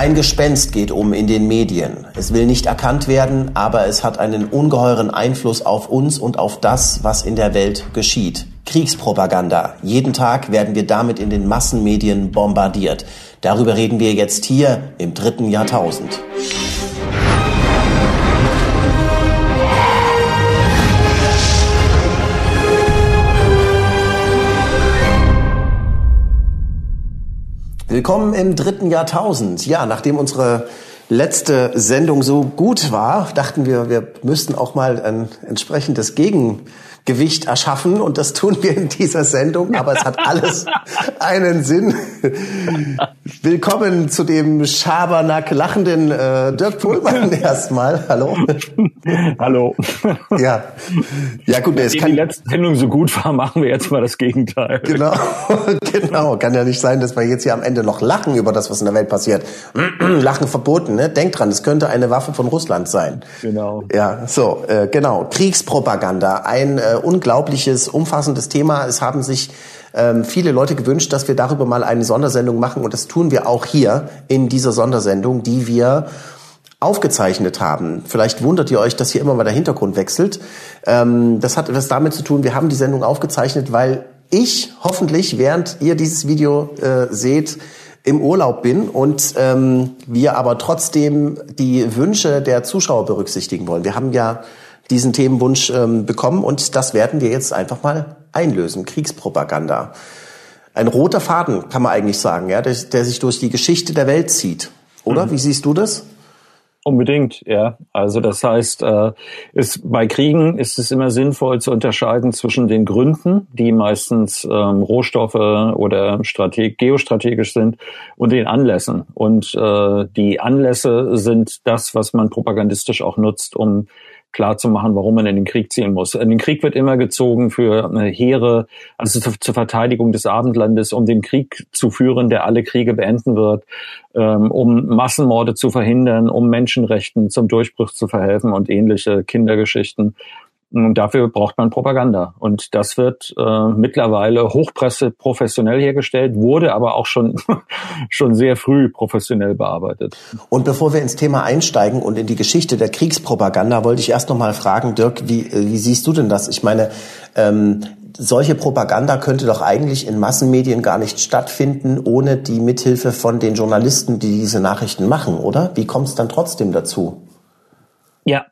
Ein Gespenst geht um in den Medien. Es will nicht erkannt werden, aber es hat einen ungeheuren Einfluss auf uns und auf das, was in der Welt geschieht. Kriegspropaganda. Jeden Tag werden wir damit in den Massenmedien bombardiert. Darüber reden wir jetzt hier im 3. Jahrtausend. Willkommen im 3. Jahrtausend. Ja, nachdem unsere letzte Sendung so gut war, dachten wir, wir müssten auch mal ein entsprechendes Gegengewicht erschaffen. Und das tun wir in dieser Sendung. Aber es hat alles einen Sinn. Willkommen zu dem Schabernack lachenden Dirk Pohlmann erstmal. Hallo. Hallo. Ja, gut. Nachdem die letzte Sendung so gut war, machen wir jetzt mal das Gegenteil. Genau. Kann ja nicht sein, dass wir jetzt hier am Ende noch lachen über das, was in der Welt passiert. Lachen verboten, ne? Denkt dran, es könnte eine Waffe von Russland sein. Genau. Ja, so, genau. Kriegspropaganda. Ein unglaubliches, umfassendes Thema. Es haben sich viele Leute gewünscht, dass wir darüber mal eine Sondersendung machen. Und das tun wir auch hier in dieser Sondersendung, die wir aufgezeichnet haben. Vielleicht wundert ihr euch, dass hier immer mal der Hintergrund wechselt. Das hat etwas damit zu tun, wir haben die Sendung aufgezeichnet, weil ich hoffentlich, während ihr dieses Video seht, im Urlaub bin und wir aber trotzdem die Wünsche der Zuschauer berücksichtigen wollen. Wir haben ja diesen Themenwunsch bekommen und das werden wir jetzt einfach mal einlösen. Kriegspropaganda. Ein roter Faden, kann man eigentlich sagen, ja, der sich durch die Geschichte der Welt zieht. Oder? Wie siehst du das? Unbedingt, ja. Also das heißt, bei Kriegen ist es immer sinnvoll zu unterscheiden zwischen den Gründen, die meistens Rohstoffe oder geostrategisch sind, und den Anlässen. Und die Anlässe sind das, was man propagandistisch auch nutzt, um klar zu machen, warum man in den Krieg ziehen muss. In den Krieg wird immer gezogen für Heere, also zur Verteidigung des Abendlandes, um den Krieg zu führen, der alle Kriege beenden wird, um Massenmorde zu verhindern, um Menschenrechten zum Durchbruch zu verhelfen und ähnliche Kindergeschichten. Und dafür braucht man Propaganda. Und das wird mittlerweile hochprofessionell hergestellt, wurde aber auch schon sehr früh professionell bearbeitet. Und bevor wir ins Thema einsteigen und in die Geschichte der Kriegspropaganda, wollte ich erst noch mal fragen, Dirk, wie siehst du denn das? Ich meine, solche Propaganda könnte doch eigentlich in Massenmedien gar nicht stattfinden, ohne die Mithilfe von den Journalisten, die diese Nachrichten machen, oder? Wie kommt es dann trotzdem dazu? Ja,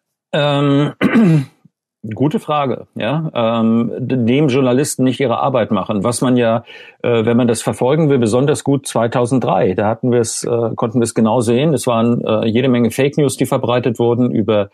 gute Frage, ja. Dem Journalisten nicht ihre Arbeit machen, was man ja, wenn man das verfolgen will, besonders gut 2003. Da konnten wir es genau sehen. Es waren jede Menge Fake News, die verbreitet wurden über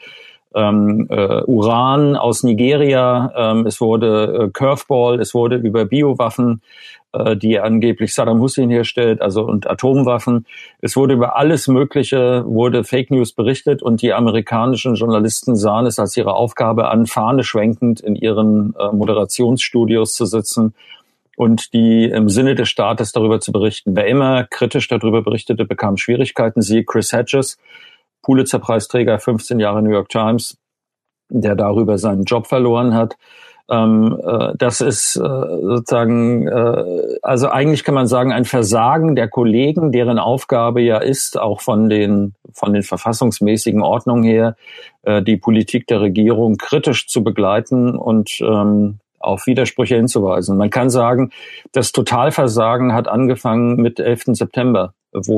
Uran aus Nigeria. Es wurde Curveball, es wurde über Biowaffen, die angeblich Saddam Hussein herstellt, also und Atomwaffen. Es wurde über alles Mögliche, wurde Fake News berichtet und die amerikanischen Journalisten sahen es als ihre Aufgabe an, Fahne schwenkend in ihren Moderationsstudios zu sitzen und die im Sinne des Staates darüber zu berichten. Wer immer kritisch darüber berichtete, bekam Schwierigkeiten. Siehe Chris Hedges, Pulitzer-Preisträger, 15 Jahre New York Times, der darüber seinen Job verloren hat. Das ist sozusagen, also eigentlich kann man sagen, ein Versagen der Kollegen, deren Aufgabe ja ist, auch von den verfassungsmäßigen Ordnungen her, die Politik der Regierung kritisch zu begleiten und auf Widersprüche hinzuweisen. Man kann sagen, das Totalversagen hat angefangen mit 11. September,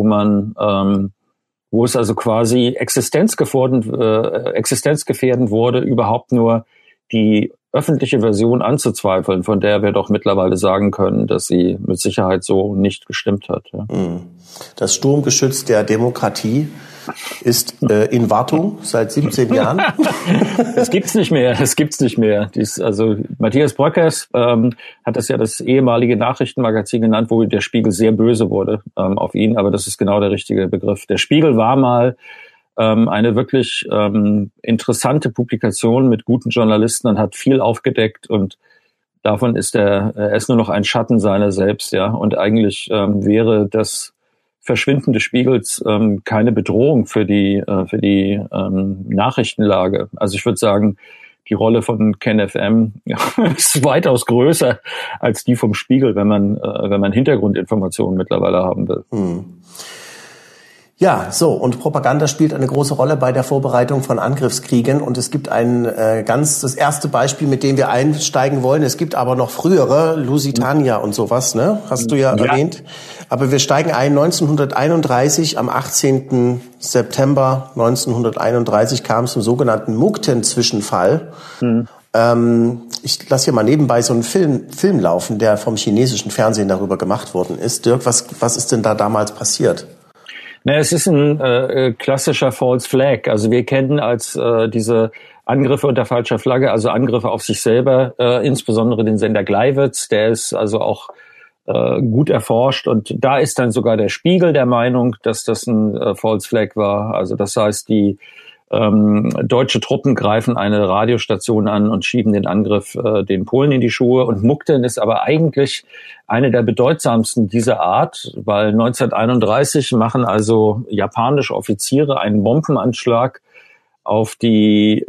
wo es also quasi existenzgefährdend wurde, überhaupt nur die öffentliche Version anzuzweifeln, von der wir doch mittlerweile sagen können, dass sie mit Sicherheit so nicht gestimmt hat. Ja. Das Sturmgeschütz der Demokratie ist in Wartung seit 17 Jahren. Das gibt's nicht mehr. Matthias Bröckers hat das ja das ehemalige Nachrichtenmagazin genannt, wo der Spiegel sehr böse wurde auf ihn, aber das ist genau der richtige Begriff. Der Spiegel war mal eine wirklich interessante Publikation mit guten Journalisten und hat viel aufgedeckt und davon ist er ist nur noch ein Schatten seiner selbst, ja. Und eigentlich wäre das Verschwinden des Spiegels keine Bedrohung für die Nachrichtenlage. Also ich würde sagen, die Rolle von KenFM ist weitaus größer als die vom Spiegel, wenn man Hintergrundinformationen mittlerweile haben will. Ja, so, und Propaganda spielt eine große Rolle bei der Vorbereitung von Angriffskriegen, und es gibt das erste Beispiel, mit dem wir einsteigen wollen. Es gibt aber noch frühere, Lusitania und sowas, ne? Hast du ja erwähnt. Aber wir steigen ein, 1931, am 18. September 1931 kam es zum sogenannten Mukden-Zwischenfall. Ich lasse hier mal nebenbei so einen Film laufen, der vom chinesischen Fernsehen darüber gemacht worden ist. Dirk, was ist denn da damals passiert? Es ist ein klassischer False Flag. Also wir kennen als diese Angriffe unter falscher Flagge, also Angriffe auf sich selber, insbesondere den Sender Gleiwitz, der ist also auch gut erforscht, und da ist dann sogar der Spiegel der Meinung, dass das ein False Flag war. Also das heißt, die deutsche Truppen greifen eine Radiostation an und schieben den Angriff den Polen in die Schuhe. Und Mukden ist aber eigentlich eine der bedeutsamsten dieser Art, weil 1931 machen also japanische Offiziere einen Bombenanschlag auf die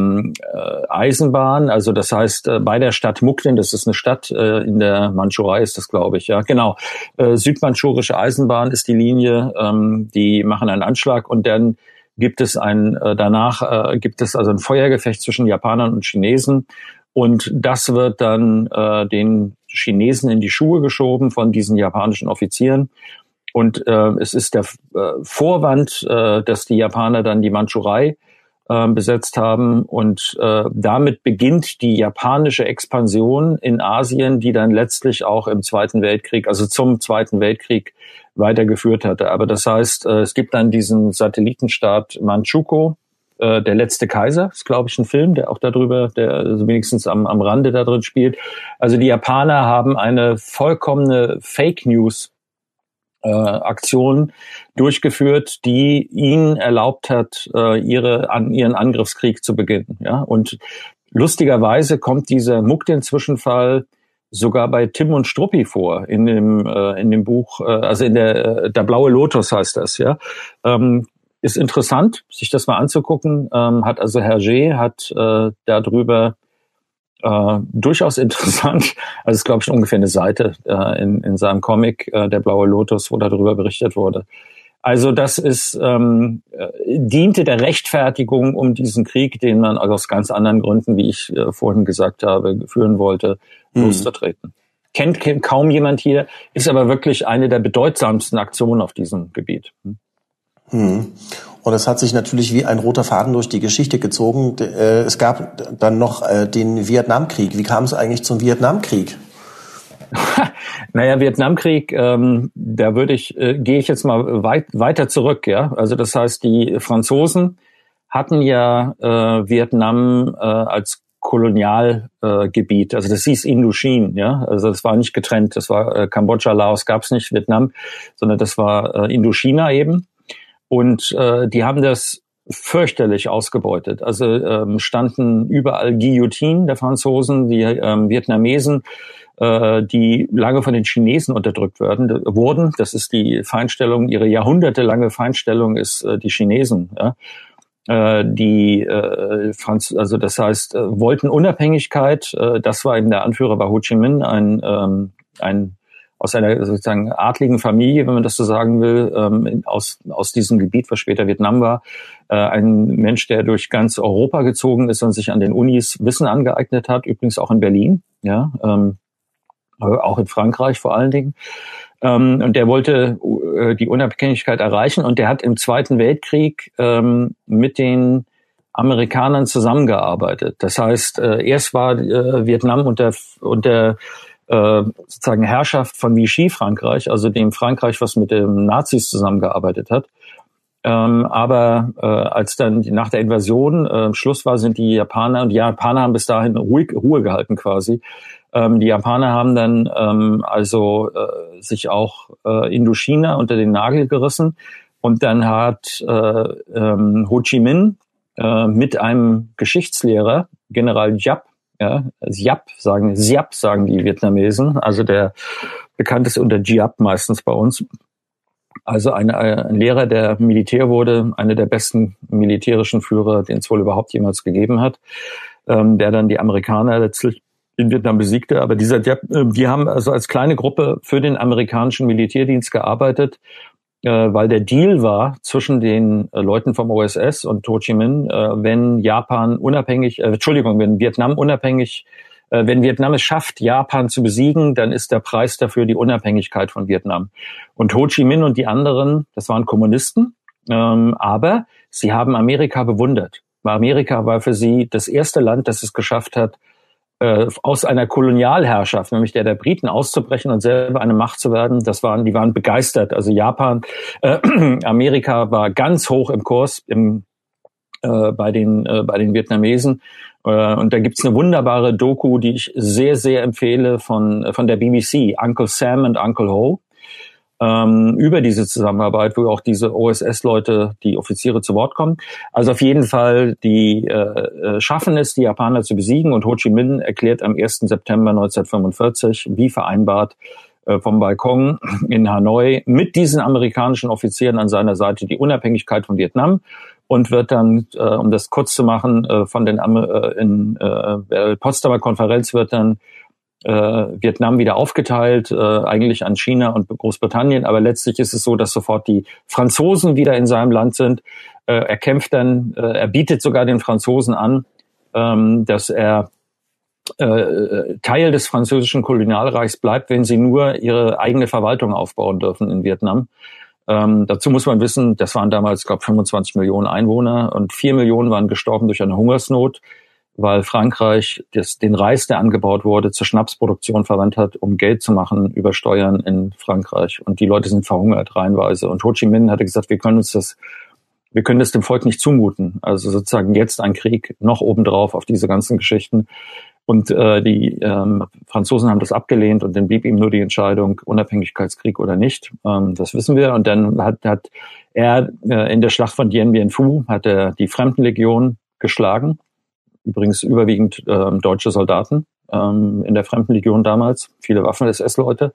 Eisenbahn, also das heißt bei der Stadt Mukden, das ist eine Stadt in der Mandschurei, ist das, glaube ich, ja, genau. Südmandschurische Eisenbahn ist die Linie, die machen einen Anschlag, und dann gibt es danach gibt es also ein Feuergefecht zwischen Japanern und Chinesen, und das wird dann den Chinesen in die Schuhe geschoben von diesen japanischen Offizieren. Und es ist der Vorwand, dass die Japaner dann die Mandschurei besetzt haben, und damit beginnt die japanische Expansion in Asien, die dann letztlich auch im Zweiten Weltkrieg, also zum Zweiten Weltkrieg, weitergeführt hatte. Aber das heißt, es gibt dann diesen Satellitenstaat Manchukuo, der letzte Kaiser, ist, glaube ich, ein Film, der auch darüber, der also wenigstens am Rande da drin spielt. Also die Japaner haben eine vollkommene Fake News Aktion durchgeführt, die ihnen erlaubt hat, ihren Angriffskrieg zu beginnen. Ja? Und lustigerweise kommt dieser Mukden-Zwischenfall sogar bei Tim und Struppi vor in dem Buch, also in der blaue Lotus heißt das, ja. Ist interessant, sich das mal anzugucken. Hat also Hergé darüber durchaus interessant. Also es ist, glaube ich, ungefähr eine Seite in seinem Comic Der blaue Lotus, wo darüber berichtet wurde. Also das ist diente der Rechtfertigung, um diesen Krieg, den man also aus ganz anderen Gründen, wie ich vorhin gesagt habe, führen wollte, loszutreten. Kennt kaum jemand hier, ist aber wirklich eine der bedeutsamsten Aktionen auf diesem Gebiet. Und es hat sich natürlich wie ein roter Faden durch die Geschichte gezogen. Es gab dann noch den Vietnamkrieg. Wie kam es eigentlich zum Vietnamkrieg? Naja, Vietnamkrieg, gehe ich jetzt mal weiter zurück, ja. Also das heißt, die Franzosen hatten ja Vietnam als Kolonialgebiet, also das hieß Indochine, ja. Also das war nicht getrennt, das war Kambodscha, Laos gab's nicht, Vietnam, sondern das war Indochina eben. Und die haben das fürchterlich ausgebeutet. Also standen überall Guillotinen der Franzosen, die Vietnamesen, die lange von den Chinesen unterdrückt wurden. Das ist die Feindstellung, ihre jahrhundertelange Feindstellung ist die Chinesen. Ja? Also das heißt, wollten Unabhängigkeit. Das war eben der Anführer war Ho Chi Minh, ein aus einer sozusagen adligen Familie, wenn man das so sagen will, aus diesem Gebiet, was später Vietnam war. Ein Mensch, der durch ganz Europa gezogen ist und sich an den Unis Wissen angeeignet hat, übrigens auch in Berlin, ja, auch in Frankreich vor allen Dingen. Und der wollte die Unabhängigkeit erreichen, und der hat im Zweiten Weltkrieg mit den Amerikanern zusammengearbeitet. Das heißt, erst war Vietnam unter sozusagen Herrschaft von Vichy Frankreich, also dem Frankreich, was mit den Nazis zusammengearbeitet hat. Aber als dann nach der Invasion Schluss war, sind die Japaner, und die Japaner haben bis dahin Ruhe gehalten quasi. Die Japaner haben dann sich auch Indochina unter den Nagel gerissen, und dann hat Ho Chi Minh mit einem Geschichtslehrer, General Giap, ja, Giap sagen die Vietnamesen, also der bekannteste unter Giap meistens bei uns. Also ein Lehrer, der Militär wurde, einer der besten militärischen Führer, den es wohl überhaupt jemals gegeben hat, der dann die Amerikaner letztlich in Vietnam besiegte. Aber die haben also als kleine Gruppe für den amerikanischen Militärdienst gearbeitet. weil der Deal war zwischen den Leuten vom OSS und Ho Chi Minh, wenn wenn Vietnam es schafft, Japan zu besiegen, dann ist der Preis dafür die Unabhängigkeit von Vietnam. Und Ho Chi Minh und die anderen, das waren Kommunisten, aber sie haben Amerika bewundert. Amerika war für sie das erste Land, das es geschafft hat, aus einer Kolonialherrschaft, nämlich der Briten, auszubrechen und selber eine Macht zu werden. Die waren begeistert. Also Amerika war ganz hoch im Kurs bei den Vietnamesen. Und da gibt's eine wunderbare Doku, die ich sehr, sehr empfehle von der BBC, Uncle Sam und Uncle Ho, über diese Zusammenarbeit, wo auch diese OSS-Leute, die Offiziere zu Wort kommen. Also auf jeden Fall, die schaffen es, die Japaner zu besiegen, und Ho Chi Minh erklärt am 1. September 1945, wie vereinbart, vom Balkon in Hanoi mit diesen amerikanischen Offizieren an seiner Seite die Unabhängigkeit von Vietnam, und wird dann, um das kurz zu machen, von den Potsdamer Konferenz wird dann Vietnam wieder aufgeteilt, eigentlich an China und Großbritannien, aber letztlich ist es so, dass sofort die Franzosen wieder in seinem Land sind. Er kämpft dann, er bietet sogar den Franzosen an, dass er Teil des französischen Kolonialreichs bleibt, wenn sie nur ihre eigene Verwaltung aufbauen dürfen in Vietnam. Dazu muss man wissen, das waren damals, glaube ich, 25 Millionen Einwohner, und 4 Millionen waren gestorben durch eine Hungersnot, weil Frankreich den Reis, der angebaut wurde, zur Schnapsproduktion verwandt hat, um Geld zu machen über Steuern in Frankreich. Und die Leute sind verhungert reihenweise. Und Ho Chi Minh hatte gesagt, wir können das dem Volk nicht zumuten. Also sozusagen jetzt ein Krieg noch obendrauf auf diese ganzen Geschichten. Und die Franzosen haben das abgelehnt, und dann blieb ihm nur die Entscheidung, Unabhängigkeitskrieg oder nicht. Das wissen wir. Und dann hat er in der Schlacht von Dien Bien Phu hat er die Fremdenlegion geschlagen. Übrigens überwiegend deutsche Soldaten in der Fremdenlegion damals, viele Waffen-SS-Leute.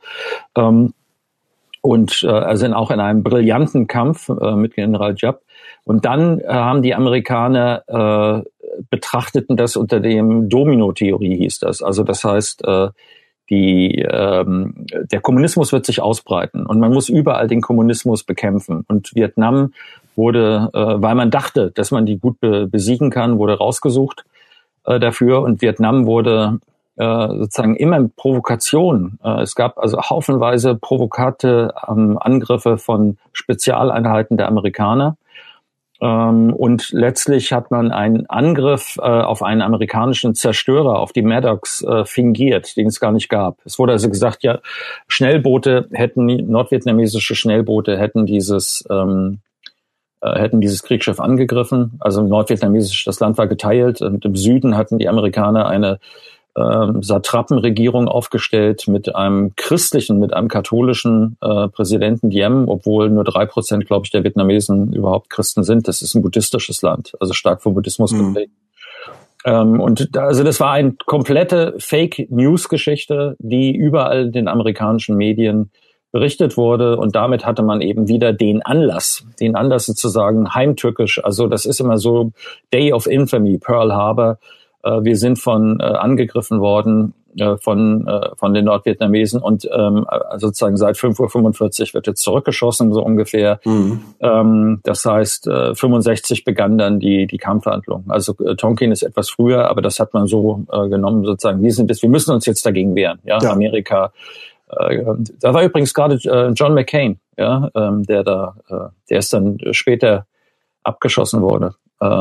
Also auch in einem brillanten Kampf mit General Giap. Und dann haben die Amerikaner betrachteten das unter dem Domino-Theorie, hieß das. Also das heißt, der Kommunismus wird sich ausbreiten, und man muss überall den Kommunismus bekämpfen. Und Vietnam wurde, weil man dachte, dass man die gut besiegen kann, wurde rausgesucht dafür. Und Vietnam wurde sozusagen immer Provokation. Es gab also haufenweise provokate Angriffe von Spezialeinheiten der Amerikaner. Und letztlich hat man einen Angriff auf einen amerikanischen Zerstörer, auf die Maddox, fingiert, den es gar nicht gab. Es wurde also gesagt, ja, nordvietnamesische Schnellboote hätten dieses Kriegsschiff angegriffen. Also nordvietnamesisch, das Land war geteilt, und im Süden hatten die Amerikaner eine Satrapenregierung aufgestellt mit einem katholischen Präsidenten Diem, obwohl nur 3%, glaube ich, der Vietnamesen überhaupt Christen sind. Das ist ein buddhistisches Land, also stark vom Buddhismus geprägt. Also das war eine komplette Fake-News-Geschichte, die überall in den amerikanischen Medien berichtet wurde, und damit hatte man eben wieder den Anlass sozusagen heimtückisch. Also das ist immer so Day of Infamy, Pearl Harbor. Wir sind angegriffen worden von den Nordvietnamesen, und sozusagen seit 5:45 Uhr wird jetzt zurückgeschossen, so ungefähr. Das heißt, 65 begann dann die Kampfhandlung. Also Tonkin ist etwas früher, aber das hat man so genommen, sozusagen, wir müssen uns jetzt dagegen wehren. Ja. Amerika. Da war übrigens gerade John McCain, ja, der ist dann später abgeschossen wurde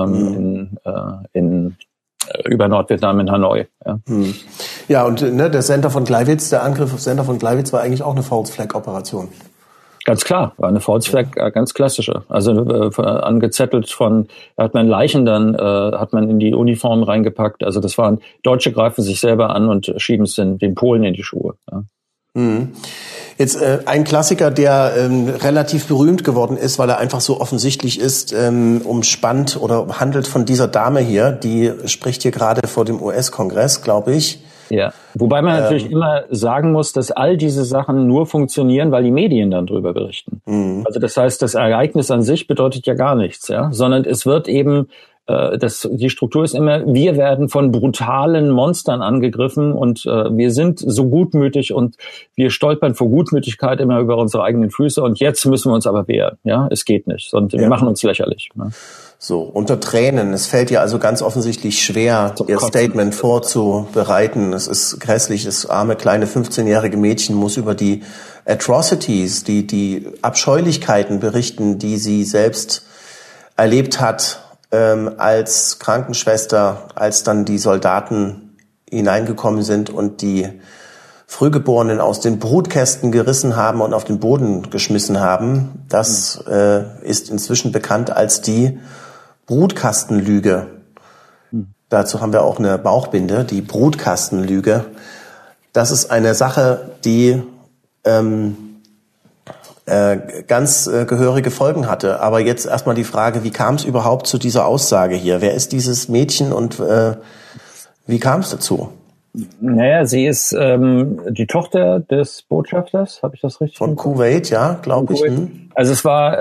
über Nordvietnam in Hanoi. Ja, ja, und der Center von Gleiwitz, der Angriff auf Center von Gleiwitz war eigentlich auch eine False Flag Operation. Ganz klar, war eine False Flag, ganz klassische. Also angezettelt hat man Leichen dann, hat man in die Uniformen reingepackt. Also Deutsche greifen sich selber an und schieben es den Polen in die Schuhe. Ja. Jetzt ein Klassiker, der relativ berühmt geworden ist, weil er einfach so offensichtlich ist, umspannt oder handelt von dieser Dame hier, die spricht hier gerade vor dem US-Kongress, glaube ich. Ja, wobei man natürlich immer sagen muss, dass all diese Sachen nur funktionieren, weil die Medien dann drüber berichten. Also das heißt, das Ereignis an sich bedeutet ja gar nichts, ja, sondern es wird eben die Struktur ist immer, wir werden von brutalen Monstern angegriffen und wir sind so gutmütig und wir stolpern vor Gutmütigkeit immer über unsere eigenen Füße und jetzt müssen wir uns aber wehren. Ja, es geht nicht, sondern wir machen uns lächerlich. Ne? So, unter Tränen. Es fällt ihr also ganz offensichtlich schwer, ihr Statement vorzubereiten. Es ist grässlich. Das arme, kleine 15-jährige Mädchen muss über die Atrocities, die Abscheulichkeiten berichten, die sie selbst erlebt hat, als Krankenschwester, als dann die Soldaten hineingekommen sind und die Frühgeborenen aus den Brutkästen gerissen haben und auf den Boden geschmissen haben. Das ist inzwischen bekannt als die Brutkastenlüge. Dazu haben wir auch eine Bauchbinde, die Brutkastenlüge. Das ist eine Sache, die ganz gehörige Folgen hatte. Aber jetzt erstmal die Frage, wie kam es überhaupt zu dieser Aussage hier? Wer ist dieses Mädchen und wie kam es dazu? Naja, sie ist die Tochter des Botschafters, habe ich das richtig von Kuwait, ja, glaube ich. Also es war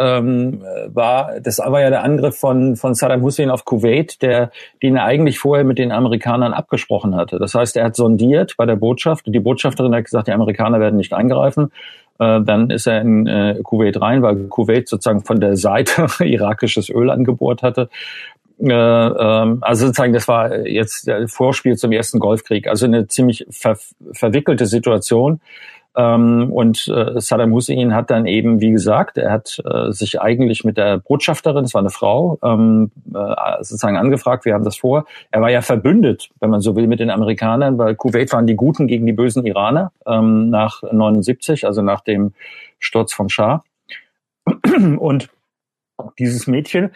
ja der Angriff von Saddam Hussein auf Kuwait, den er eigentlich vorher mit den Amerikanern abgesprochen hatte. Das heißt, er hat sondiert bei der Botschaft und die Botschafterin hat gesagt, die Amerikaner werden nicht eingreifen. Dann ist er in Kuwait rein, weil Kuwait sozusagen von der Seite irakisches Öl angebohrt hatte. Also sozusagen, das war jetzt der Vorspiel zum ersten Golfkrieg. Also eine ziemlich verwickelte Situation. Und Saddam Hussein hat dann eben, wie gesagt, er hat sich eigentlich mit der Botschafterin, das war eine Frau, sozusagen angefragt, wir haben das vor. Er war ja verbündet, wenn man so will, mit den Amerikanern, weil Kuwait waren die Guten gegen die bösen Iraner nach 79, also nach dem Sturz vom Schah. Und dieses Mädchen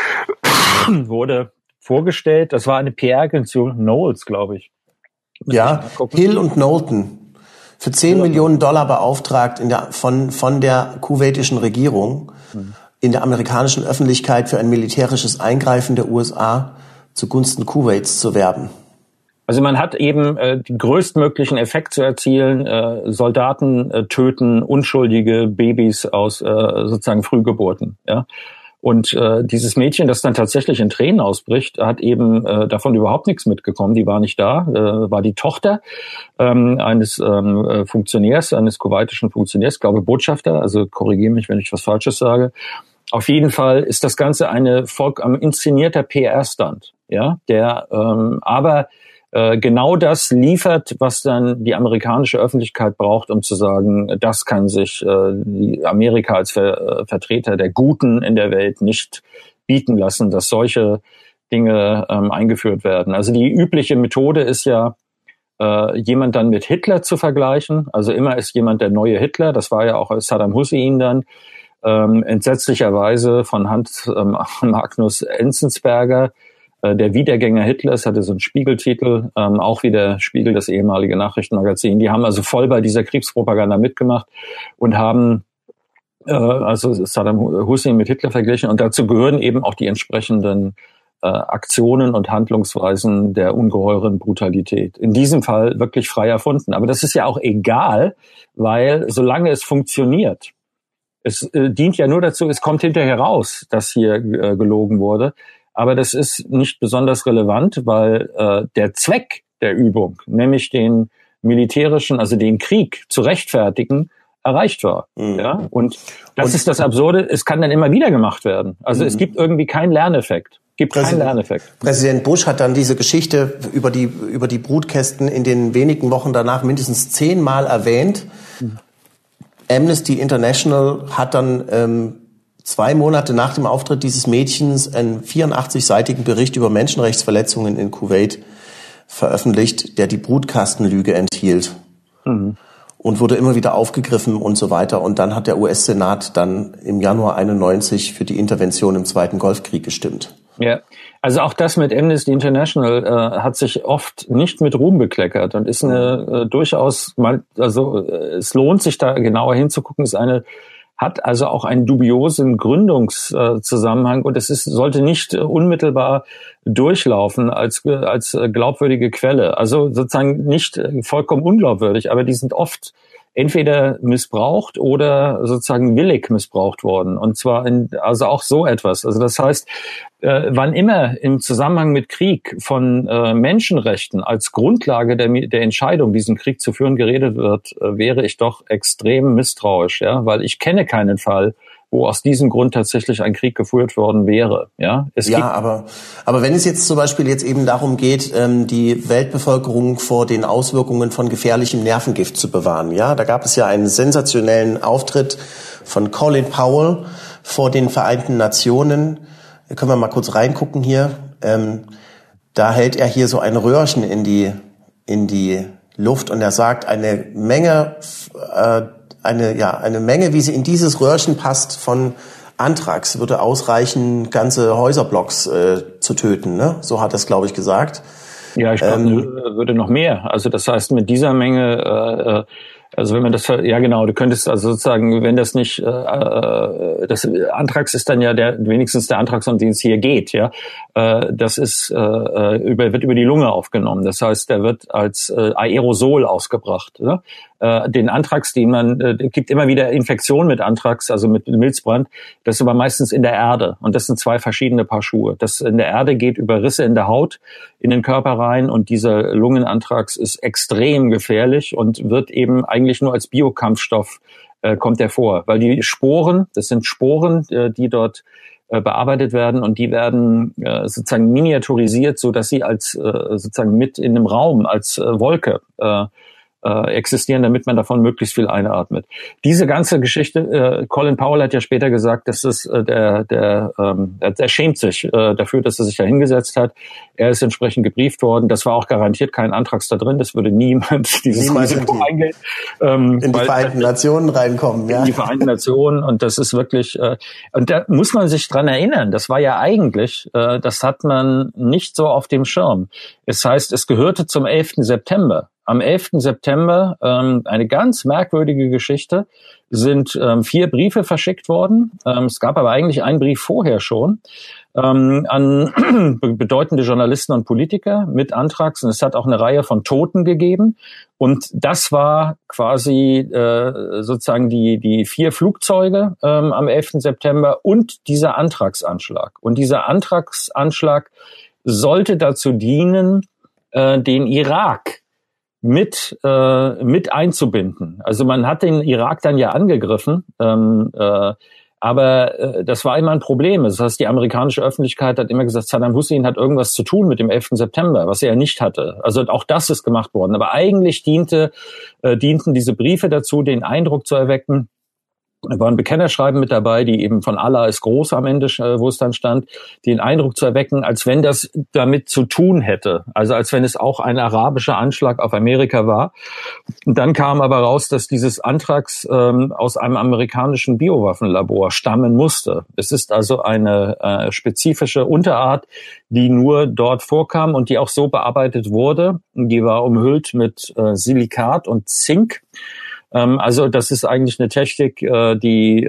wurde vorgestellt, das war eine PR-Agentur, Knowles, glaube ich. Ja, Hill und Knowlton. Für 10 Millionen Dollar beauftragt von der kuwaitischen Regierung in der amerikanischen Öffentlichkeit für ein militärisches Eingreifen der USA zugunsten Kuwaits zu werben. Also man hat eben den größtmöglichen Effekt zu erzielen, Soldaten töten unschuldige Babys aus sozusagen Frühgeburten, ja. Und dieses Mädchen, das dann tatsächlich in Tränen ausbricht, hat eben davon überhaupt nichts mitgekommen. Die war nicht da, war die Tochter eines Funktionärs, eines kuwaitischen Funktionärs, glaube Botschafter, also korrigiere mich, wenn ich was Falsches sage. Auf jeden Fall ist das Ganze eine inszenierter PR-Stunt, ja, der aber genau das liefert, was dann die amerikanische Öffentlichkeit braucht, um zu sagen, das kann sich Amerika als Vertreter der Guten in der Welt nicht bieten lassen, dass solche Dinge eingeführt werden. Also die übliche Methode ist ja, jemand dann mit Hitler zu vergleichen. Also immer ist jemand der neue Hitler. Das war ja auch Saddam Hussein dann. Entsetzlicherweise von Hans Magnus Enzensberger, der Wiedergänger Hitlers, hatte so einen Spiegeltitel, auch wie der Spiegel, das ehemalige Nachrichtenmagazin. Die haben also voll bei dieser Kriegspropaganda mitgemacht und haben also Saddam Hussein mit Hitler verglichen. Und dazu gehören eben auch die entsprechenden Aktionen und Handlungsweisen der ungeheuren Brutalität. In diesem Fall wirklich frei erfunden. Aber das ist ja auch egal, weil solange es funktioniert, es dient ja nur dazu, es kommt hinterher raus, dass hier gelogen wurde. Aber das ist nicht besonders relevant, weil der Zweck der Übung, nämlich den militärischen, also den Krieg zu rechtfertigen, erreicht war. Mhm. Ja? Und das ist das Absurde, es kann dann immer wieder gemacht werden. Also es gibt irgendwie keinen Lerneffekt. Präsident Bush hat dann diese Geschichte über die Brutkästen in den wenigen Wochen danach mindestens 10-mal erwähnt. Mhm. Amnesty International hat dann 2 Monate nach dem Auftritt dieses Mädchens einen 84-seitigen Bericht über Menschenrechtsverletzungen in Kuwait veröffentlicht, der die Brutkastenlüge enthielt. Mhm. Und wurde immer wieder aufgegriffen und so weiter. Und dann hat der US-Senat dann im Januar 91 für die Intervention im Zweiten Golfkrieg gestimmt. Ja, also auch das mit Amnesty International hat sich oft nicht mit Ruhm bekleckert und ist eine durchaus, es lohnt sich da genauer hinzugucken, hat also auch einen dubiosen Gründungszusammenhang und sollte nicht unmittelbar durchlaufen als glaubwürdige Quelle. Also sozusagen nicht vollkommen unglaubwürdig, aber die sind oft entweder missbraucht oder sozusagen willig missbraucht worden. Und zwar also auch so etwas. Also das heißt, wann immer im Zusammenhang mit Krieg von Menschenrechten als Grundlage der Entscheidung, diesen Krieg zu führen, geredet wird, wäre ich doch extrem misstrauisch, ja, weil ich kenne keinen Fall, wo aus diesem Grund tatsächlich ein Krieg geführt worden wäre. Ja, aber wenn es jetzt zum Beispiel jetzt eben darum geht, die Weltbevölkerung vor den Auswirkungen von gefährlichem Nervengift zu bewahren, ja, da gab es ja einen sensationellen Auftritt von Colin Powell vor den Vereinten Nationen. Da können wir mal kurz reingucken hier. Da hält er hier so ein Röhrchen in die Luft und er sagt, eine Menge, wie sie in dieses Röhrchen passt von Anthrax, würde ausreichen, ganze Häuserblocks zu töten. Ne? So hat er es, glaube ich, gesagt. Ja, ich glaube, würde noch mehr. Also das heißt, mit dieser Menge, also wenn man das, ja genau, du könntest also sozusagen, wenn das nicht, das Anthrax ist dann ja wenigstens der Anthrax, um den es hier geht, ja, das ist wird über die Lunge aufgenommen. Das heißt, der wird als Aerosol ausgebracht. Ne? Den Anthrax, gibt immer wieder Infektionen mit Anthrax, also mit Milzbrand. Das ist aber meistens in der Erde. Und das sind zwei verschiedene Paar Schuhe. Das in der Erde geht über Risse in der Haut in den Körper rein und dieser Lungenanthrax ist extrem gefährlich und wird eben eigentlich nur als Biokampfstoff kommt er vor. Weil die Sporen, das sind Sporen, die dort bearbeitet werden und die werden sozusagen miniaturisiert, so dass sie als sozusagen mit in einem Raum als Wolke existieren, damit man davon möglichst viel einatmet. Diese ganze Geschichte, Colin Powell hat ja später gesagt, dass es er schämt sich dafür, dass er sich da hingesetzt hat. Er ist entsprechend gebrieft worden. Das war auch garantiert kein Antrags da drin. Das würde niemand dieses Risiko eingehen. In die Vereinten Nationen reinkommen, ja. In die Vereinten Nationen. Und das ist wirklich, und da muss man sich dran erinnern. Das war ja eigentlich, das hat man nicht so auf dem Schirm. Es heißt, es gehörte zum 11. September. Am 11. September, eine ganz merkwürdige Geschichte, sind 4 Briefe verschickt worden. Es gab aber eigentlich einen Brief vorher schon an bedeutende Journalisten und Politiker mit Anthrax. Und es hat auch eine Reihe von Toten gegeben. Und das war quasi sozusagen die 4 Flugzeuge am 11. September und dieser Anthrax-Anschlag. Und dieser Anthrax-Anschlag sollte dazu dienen, den Irak mit einzubinden. Also man hat den Irak dann ja angegriffen, aber das war immer ein Problem. Das heißt, die amerikanische Öffentlichkeit hat immer gesagt, Saddam Hussein hat irgendwas zu tun mit dem 11. September, was er ja nicht hatte. Also auch das ist gemacht worden. Aber eigentlich dienten diese Briefe dazu, den Eindruck zu erwecken. Da war ein Bekennerschreiben mit dabei, die eben von Allah ist groß am Ende, wo es dann stand, den Eindruck zu erwecken, als wenn das damit zu tun hätte. Also als wenn es auch ein arabischer Anschlag auf Amerika war. Und dann kam aber raus, dass dieses Anthrax aus einem amerikanischen Biowaffenlabor stammen musste. Es ist also eine spezifische Unterart, die nur dort vorkam und die auch so bearbeitet wurde. Die war umhüllt mit Silikat und Zink. Also das ist eigentlich eine Technik, die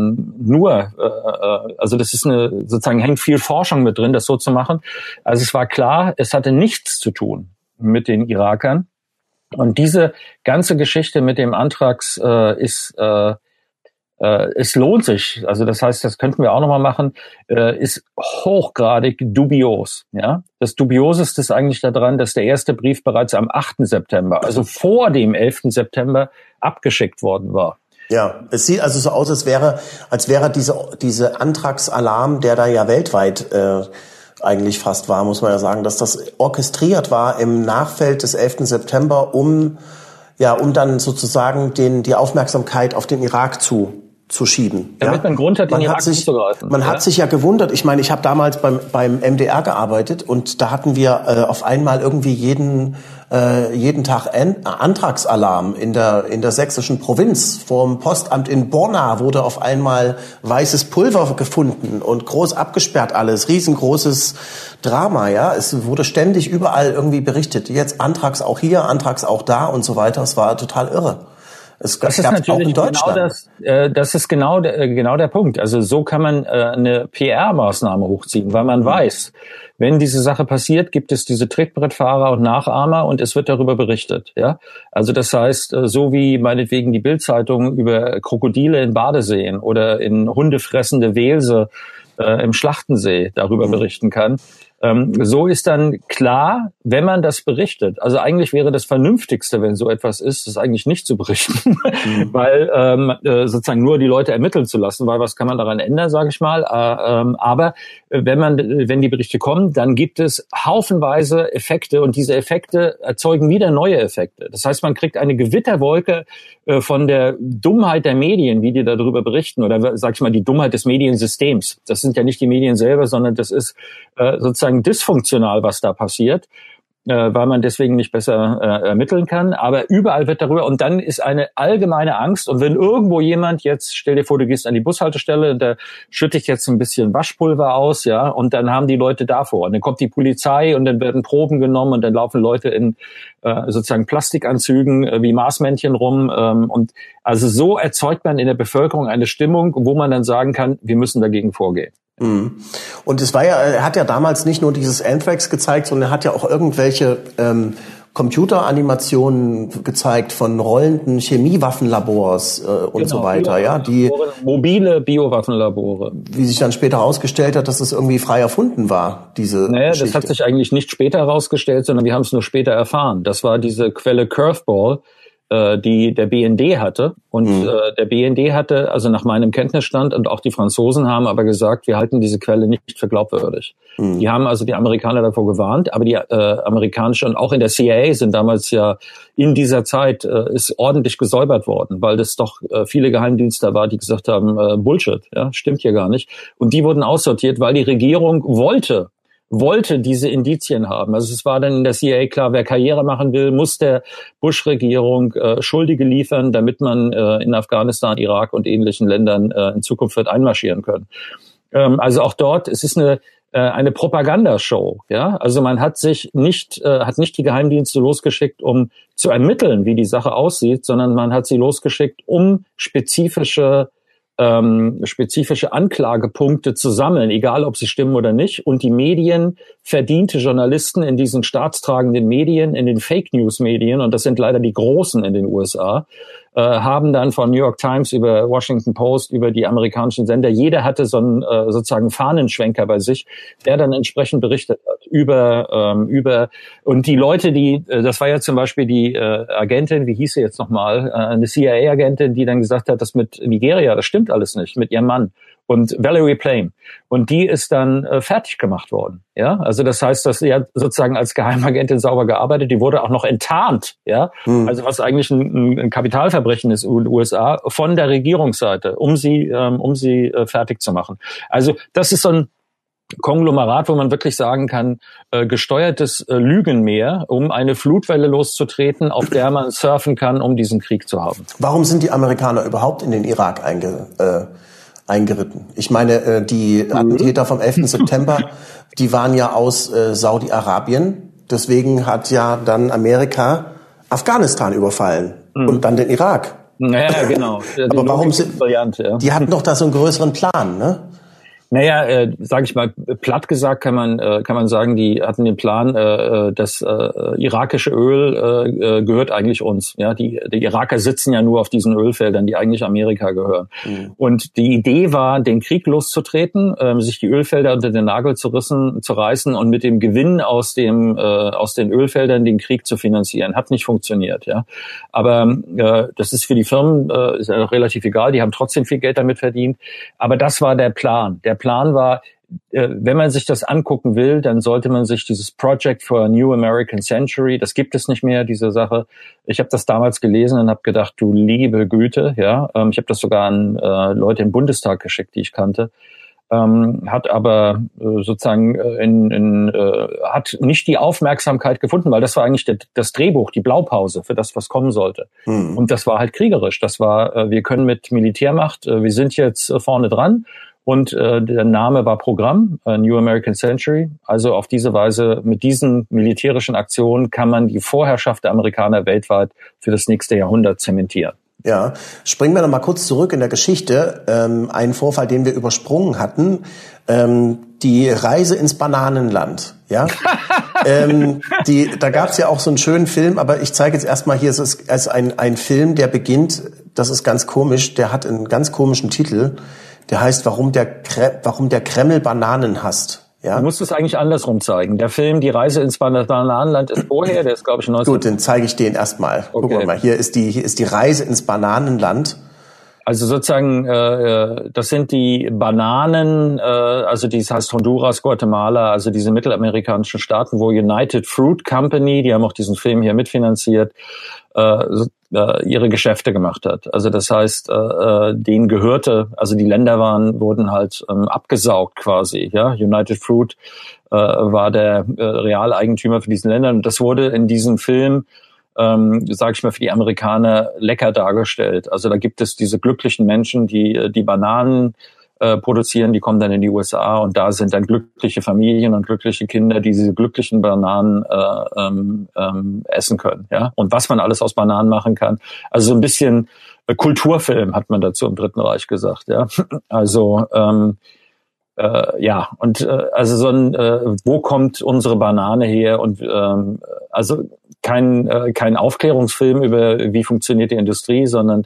also das ist sozusagen hängt viel Forschung mit drin, das so zu machen. Also es war klar, es hatte nichts zu tun mit den Irakern. Und diese ganze Geschichte mit dem Anthrax es lohnt sich, also das heißt, das könnten wir auch nochmal machen, ist hochgradig dubios. Ja, das Dubioseste ist eigentlich daran, dass der erste Brief bereits am 8. September, also vor dem 11. September, abgeschickt worden war. Ja, es sieht also so aus, als wäre diese Anthrax-Alarm, der da ja weltweit eigentlich fast war, muss man ja sagen, dass das orchestriert war im Nachfeld des 11. September, um dann sozusagen die Aufmerksamkeit auf den Irak zu schieben. Damit man Grund hat, den Irak zuzugreifen. Man hat sich ja gewundert. Ich meine, ich habe damals beim MDR gearbeitet und da hatten wir auf einmal irgendwie jeden Tag Anthrax-Alarm in der sächsischen Provinz. Vom Postamt in Borna wurde auf einmal weißes Pulver gefunden und groß abgesperrt alles. Riesengroßes Drama, ja. Es wurde ständig überall irgendwie berichtet. Jetzt Anthrax auch hier, Anthrax auch da und so weiter. Es war total irre. Es gab auch in Deutschland. Das ist genau der Punkt. Also so kann man eine PR-Maßnahme hochziehen, weil man weiß, wenn diese Sache passiert, gibt es diese Trittbrettfahrer und Nachahmer und es wird darüber berichtet. Ja, also das heißt, so wie meinetwegen die Bild-Zeitung über Krokodile in Badeseen oder in hundefressende Welse im Schlachtensee darüber berichten kann. So ist dann klar, wenn man das berichtet. Also eigentlich wäre das Vernünftigste, wenn so etwas ist, das eigentlich nicht zu berichten, weil sozusagen nur die Leute ermitteln zu lassen, weil was kann man daran ändern, sage ich mal. Aber wenn die Berichte kommen, dann gibt es haufenweise Effekte und diese Effekte erzeugen wieder neue Effekte. Das heißt, man kriegt eine Gewitterwolke von der Dummheit der Medien, wie die darüber berichten, oder sag ich mal die Dummheit des Mediensystems. Das sind ja nicht die Medien selber, sondern das ist sozusagen dysfunktional, was da passiert, weil man deswegen nicht besser ermitteln kann. Aber überall wird darüber, und dann ist eine allgemeine Angst. Und wenn irgendwo jemand jetzt, stell dir vor, du gehst an die Bushaltestelle, da schütte ich jetzt ein bisschen Waschpulver aus, ja, und dann haben die Leute davor. Und dann kommt die Polizei und dann werden Proben genommen und dann laufen Leute in sozusagen Plastikanzügen wie Marsmännchen rum. Und also so erzeugt man in der Bevölkerung eine Stimmung, wo man dann sagen kann, wir müssen dagegen vorgehen. Und es war ja, er hat ja damals nicht nur dieses Anthrax gezeigt, sondern er hat ja auch irgendwelche Computeranimationen gezeigt von rollenden Chemiewaffenlabors und so weiter, ja, die mobile Biowaffenlabore. Wie sich dann später herausgestellt hat, dass es irgendwie frei erfunden war, diese Geschichte. Das hat sich eigentlich nicht später herausgestellt, sondern wir haben es nur später erfahren. Das war diese Quelle Curveball, die der BND hatte. Und der BND hatte, also nach meinem Kenntnisstand, und auch die Franzosen haben aber gesagt, wir halten diese Quelle nicht für glaubwürdig. Die haben also die Amerikaner davor gewarnt, aber die amerikanische und auch in der CIA sind damals ja in dieser Zeit ist ordentlich gesäubert worden, weil das doch viele Geheimdienste war, die gesagt haben, Bullshit, ja, stimmt hier gar nicht. Und die wurden aussortiert, weil die Regierung wollte diese Indizien haben. Also es war dann in der CIA klar, wer Karriere machen will, muss der Bush-Regierung Schuldige liefern, damit man in Afghanistan, Irak und ähnlichen Ländern in Zukunft wird einmarschieren können. Also auch dort, es ist eine Propagandashow, ja. Also man hat nicht die Geheimdienste losgeschickt, um zu ermitteln, wie die Sache aussieht, sondern man hat sie losgeschickt, um spezifische Anklagepunkte zu sammeln, egal ob sie stimmen oder nicht. Und die Medien, verdiente Journalisten in diesen staatstragenden Medien, in den Fake-News-Medien, und das sind leider die Großen in den USA, haben dann von New York Times über Washington Post, über die amerikanischen Sender, jeder hatte so einen sozusagen Fahnenschwenker bei sich, der dann entsprechend berichtet hat über und die Leute, das war ja zum Beispiel die Agentin, wie hieß sie jetzt nochmal, eine CIA-Agentin, die dann gesagt hat, das mit Nigeria, das stimmt alles nicht, mit ihrem Mann. Und Valerie Plame. Und die ist dann fertig gemacht worden. Ja, also das heißt, dass sie hat sozusagen als Geheimagentin sauber gearbeitet. Die wurde auch noch enttarnt. Ja, also was eigentlich ein Kapitalverbrechen ist in den USA von der Regierungsseite, um sie fertig zu machen. Also das ist so ein Konglomerat, wo man wirklich sagen kann, gesteuertes Lügenmeer, um eine Flutwelle loszutreten, auf der man surfen kann, um diesen Krieg zu haben. Warum sind die Amerikaner überhaupt in den Irak eingeritten? Ich meine, die Attentäter vom 11. September, die waren ja aus Saudi-Arabien. Deswegen hat ja dann Amerika Afghanistan überfallen und dann den Irak. Ja, genau. Aber warum die hatten doch da so einen größeren Plan, ne? Naja, sage ich mal, platt gesagt kann man sagen, die hatten den Plan, das irakische Öl gehört eigentlich uns. Ja, die Iraker sitzen ja nur auf diesen Ölfeldern, die eigentlich Amerika gehören. Und die Idee war, den Krieg loszutreten, sich die Ölfelder unter den Nagel zu reißen und mit dem Gewinn aus den Ölfeldern den Krieg zu finanzieren. Hat nicht funktioniert, ja. Aber das ist für die Firmen ist ja relativ egal. Die haben trotzdem viel Geld damit verdient. Aber das war der Plan. Der Plan war, wenn man sich das angucken will, dann sollte man sich dieses Project for a New American Century, das gibt es nicht mehr, diese Sache. Ich habe das damals gelesen und habe gedacht, du liebe Güte, ja. Ich habe das sogar an Leute im Bundestag geschickt, die ich kannte. Hat aber sozusagen hat nicht die Aufmerksamkeit gefunden, weil das war eigentlich das Drehbuch, die Blaupause für das, was kommen sollte. Und das war halt kriegerisch. Das war, wir können mit Militärmacht, wir sind jetzt vorne dran. Und der Name war Programm, New American Century. Also auf diese Weise, mit diesen militärischen Aktionen kann man die Vorherrschaft der Amerikaner weltweit für das nächste Jahrhundert zementieren. Ja, springen wir noch mal kurz zurück in der Geschichte. Einen Vorfall, den wir übersprungen hatten, die Reise ins Bananenland. Ja, da gab es ja auch so einen schönen Film, aber ich zeige jetzt erstmal hier, es ist ein Film, der beginnt, das ist ganz komisch, der hat einen ganz komischen Titel, der heißt, warum der Kreml Bananen hasst. Ja? Du musst es eigentlich andersrum zeigen. Der Film Die Reise ins Bananenland ist vorher, der ist, glaube ich, 19... Gut, dann zeige ich den erstmal. Okay. Gucken wir mal, hier ist die Reise ins Bananenland. Also sozusagen, das sind die Bananen, also das heißt Honduras, Guatemala, also diese mittelamerikanischen Staaten, wo United Fruit Company, die haben auch diesen Film hier mitfinanziert, ihre Geschäfte gemacht hat. Also das heißt, denen gehörte, also die Länder wurden halt abgesaugt quasi. Ja, United Fruit war der Realeigentümer für diesen Ländern. Und das wurde in diesem Film, sage ich mal, für die Amerikaner lecker dargestellt. Also da gibt es diese glücklichen Menschen, die Bananen produzieren, die kommen dann in die USA und da sind dann glückliche Familien und glückliche Kinder, die diese glücklichen Bananen essen können. Ja, und was man alles aus Bananen machen kann. Also so ein bisschen Kulturfilm hat man dazu im Dritten Reich gesagt. Ja, also also so ein wo kommt unsere Banane her und also kein Aufklärungsfilm über wie funktioniert die Industrie, sondern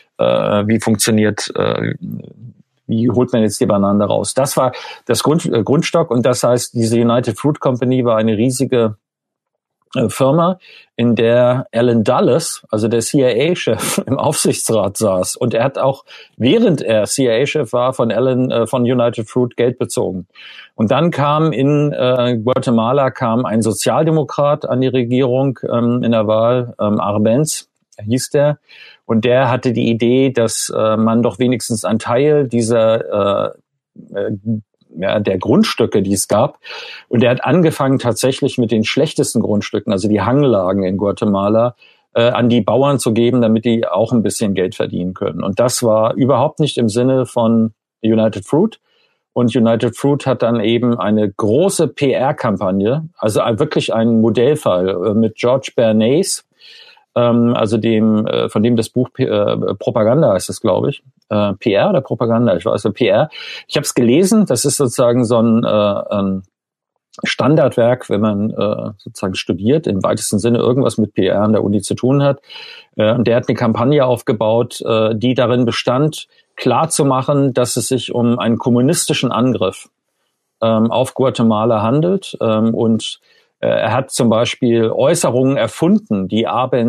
wie holt man jetzt die Bananen da raus? Das war das Grundstock und das heißt, diese United Fruit Company war eine riesige Firma, in der Alan Dulles, also der CIA-Chef, im Aufsichtsrat saß. Und er hat auch, während er CIA-Chef war, von United Fruit Geld bezogen. Und dann kam in Guatemala ein Sozialdemokrat an die Regierung in der Wahl, Arbenz hieß der. Und der hatte die Idee, dass man doch wenigstens einen Teil dieser der Grundstücke, die es gab. Und er hat angefangen tatsächlich mit den schlechtesten Grundstücken, also die Hanglagen in Guatemala, an die Bauern zu geben, damit die auch ein bisschen Geld verdienen können. Und das war überhaupt nicht im Sinne von United Fruit. Und United Fruit hat dann eben eine große PR-Kampagne, also wirklich einen Modellfall mit George Bernays, also von dem das Buch Propaganda heißt es, glaube ich. PR oder Propaganda? Ich weiß nicht, PR. Ich habe es gelesen, das ist sozusagen so ein Standardwerk, wenn man sozusagen studiert, im weitesten Sinne irgendwas mit PR an der Uni zu tun hat. Und der hat eine Kampagne aufgebaut, die darin bestand, klarzumachen, dass es sich um einen kommunistischen Angriff auf Guatemala handelt und er hat zum Beispiel Äußerungen erfunden, die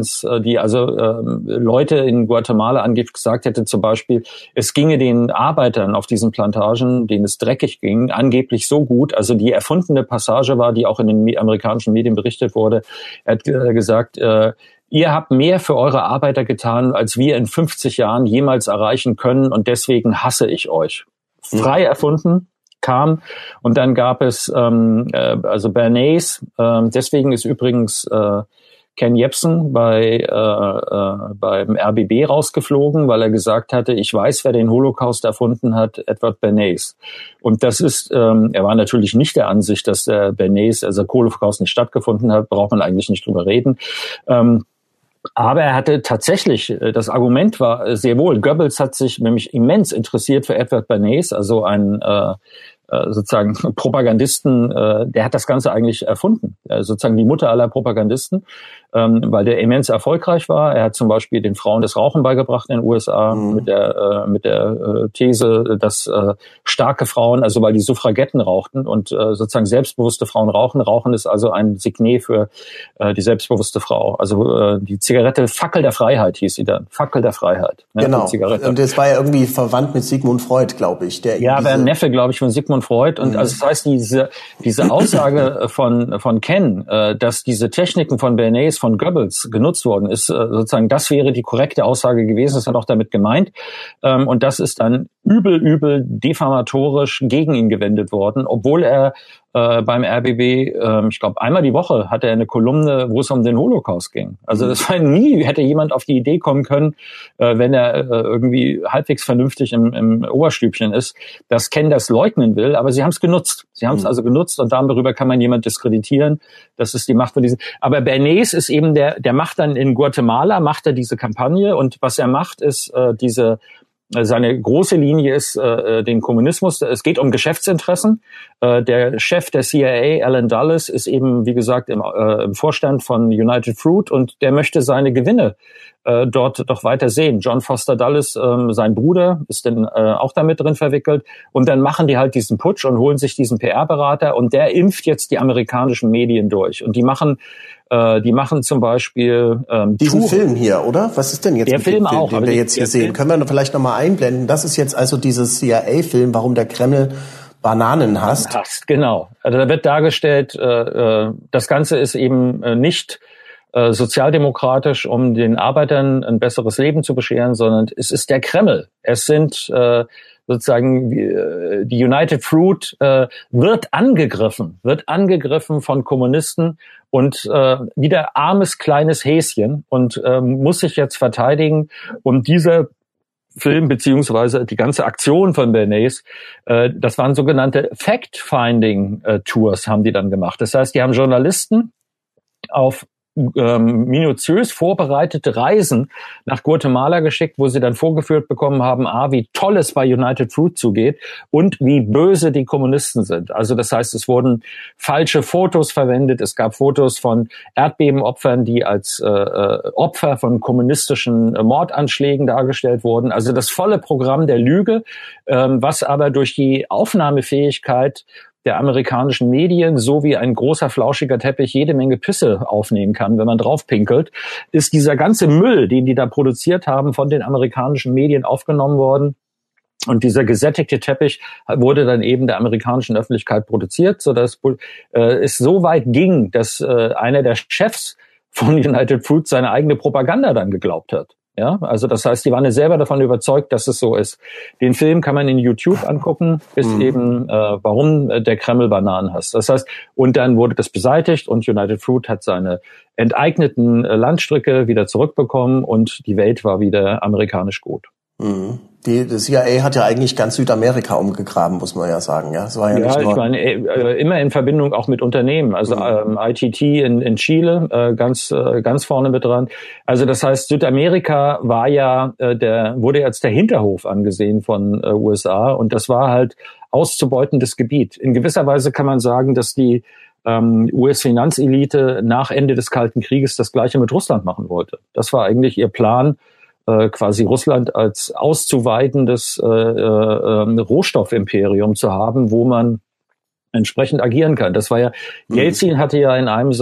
Leute in Guatemala angeblich gesagt hätte, zum Beispiel, es ginge den Arbeitern auf diesen Plantagen, denen es dreckig ging, angeblich so gut. Also die erfundene Passage war, die auch in den amerikanischen Medien berichtet wurde. Er hat gesagt, ihr habt mehr für eure Arbeiter getan, als wir in 50 Jahren jemals erreichen können und deswegen hasse ich euch. Frei erfunden. Kam und dann gab es also Bernays, deswegen ist übrigens Ken Jebsen beim RBB rausgeflogen, weil er gesagt hatte, ich weiß, wer den Holocaust erfunden hat, Edward Bernays. Und das ist, er war natürlich nicht der Ansicht, dass der Bernays, also der Holocaust nicht stattgefunden hat, braucht man eigentlich nicht drüber reden. Aber er hatte tatsächlich, das Argument war sehr wohl, Goebbels hat sich nämlich immens interessiert für Edward Bernays, also ein sozusagen Propagandisten, der hat das Ganze eigentlich erfunden, sozusagen die Mutter aller Propagandisten, weil der immens erfolgreich war. Er hat zum Beispiel den Frauen das Rauchen beigebracht in den USA mit der These, dass starke Frauen, also weil die Suffragetten rauchten und sozusagen selbstbewusste Frauen rauchen. Rauchen ist also ein Signet für die selbstbewusste Frau. Also die Zigarette Fackel der Freiheit hieß sie dann. Fackel der Freiheit. Genau. Und das war ja irgendwie verwandt mit Sigmund Freud, glaube ich. Ja, war ein Neffe, glaube ich, von Sigmund Freud. Und also das heißt, diese Aussage von Ken, dass diese Techniken von Bernays, von Goebbels genutzt worden ist, sozusagen, das wäre die korrekte Aussage gewesen. Das hat auch damit gemeint. Und das ist dann übel diffamatorisch gegen ihn gewendet worden, obwohl er beim RBB, ich glaube einmal die Woche hat er eine Kolumne, wo es um den Holocaust ging. Also das war nie, hätte jemand auf die Idee kommen können, wenn er irgendwie halbwegs vernünftig im Oberstübchen ist, dass Ken das leugnen will, aber sie haben es genutzt. Sie haben es also genutzt und darüber kann man jemand diskreditieren. Das ist die Macht von diesen. Aber Bernays ist eben der macht dann in Guatemala, macht er diese Kampagne und was er macht, ist seine große Linie ist den Kommunismus. Es geht um Geschäftsinteressen. Der Chef der CIA, Alan Dulles, ist eben, wie gesagt, im Vorstand von United Fruit und der möchte seine Gewinne dort doch weiter sehen. John Foster Dulles, sein Bruder, ist dann auch damit drin verwickelt. Und dann machen die halt diesen Putsch und holen sich diesen PR-Berater und der impft jetzt die amerikanischen Medien durch. Und die machen zum Beispiel diesen Film hier, oder? Was ist denn jetzt der Film auch, den wir jetzt hier sehen? Können wir vielleicht nochmal einblenden? Das ist jetzt also dieses CIA-Film, warum der Kreml Bananen hasst. Genau. Also da wird dargestellt, das Ganze ist eben nicht sozialdemokratisch, um den Arbeitern ein besseres Leben zu bescheren, sondern es ist der Kreml. Es sind sozusagen die United Fruit wird angegriffen von Kommunisten und wieder armes kleines Häschen und muss sich jetzt verteidigen. Und dieser Film beziehungsweise die ganze Aktion von Bernays, das waren sogenannte Fact-Finding-Tours, haben die dann gemacht. Das heißt, die haben Journalisten auf minutiös vorbereitete Reisen nach Guatemala geschickt, wo sie dann vorgeführt bekommen haben, wie toll es bei United Fruit zugeht und wie böse die Kommunisten sind. Also das heißt, es wurden falsche Fotos verwendet. Es gab Fotos von Erdbebenopfern, die als Opfer von kommunistischen Mordanschlägen dargestellt wurden. Also das volle Programm der Lüge, was aber durch die Aufnahmefähigkeit der amerikanischen Medien, so wie ein großer, flauschiger Teppich jede Menge Pisse aufnehmen kann, wenn man drauf pinkelt, ist dieser ganze Müll, den die da produziert haben, von den amerikanischen Medien aufgenommen worden. Und dieser gesättigte Teppich wurde dann eben der amerikanischen Öffentlichkeit produziert, sodass es so weit ging, dass einer der Chefs von United Fruit seine eigene Propaganda dann geglaubt hat. Ja, also das heißt, die waren ja selber davon überzeugt, dass es so ist. Den Film kann man in YouTube angucken, ist eben, warum der Kreml Bananen hasst. Das heißt, und dann wurde das beseitigt und United Fruit hat seine enteigneten Landstricke wieder zurückbekommen und die Welt war wieder amerikanisch gut. Die CIA hat ja eigentlich ganz Südamerika umgegraben, muss man ja sagen. Ja, es war ja nicht nur ich meine, immer in Verbindung auch mit Unternehmen. Also ITT in Chile, ganz vorne mit dran. Also das heißt, Südamerika war ja wurde als der Hinterhof angesehen von USA und das war halt auszubeutendes Gebiet. In gewisser Weise kann man sagen, dass die US-Finanzelite nach Ende des Kalten Krieges das Gleiche mit Russland machen wollte. Das war eigentlich ihr Plan, quasi Russland als auszuweitendes Rohstoffimperium zu haben, wo man entsprechend agieren kann. Das war ja, Jelzin hatte ja in einem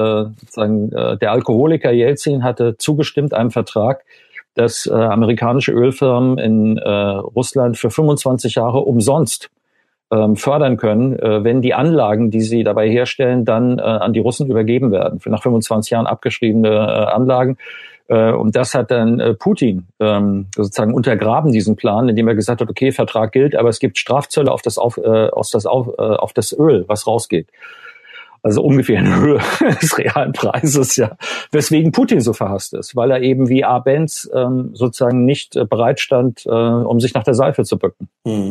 der Alkoholiker Jelzin hatte zugestimmt einem Vertrag, dass amerikanische Ölfirmen in Russland für 25 Jahre umsonst fördern können, wenn die Anlagen, die sie dabei herstellen, dann an die Russen übergeben werden. Für nach 25 Jahren abgeschriebene Anlagen. Und das hat dann Putin sozusagen untergraben, diesen Plan, indem er gesagt hat, okay, Vertrag gilt, aber es gibt Strafzölle auf das Öl, was rausgeht. Also ungefähr eine Höhe des realen Preises, ja. Weswegen Putin so verhasst ist, weil er eben wie Benz sozusagen nicht bereit stand, um sich nach der Seife zu bücken.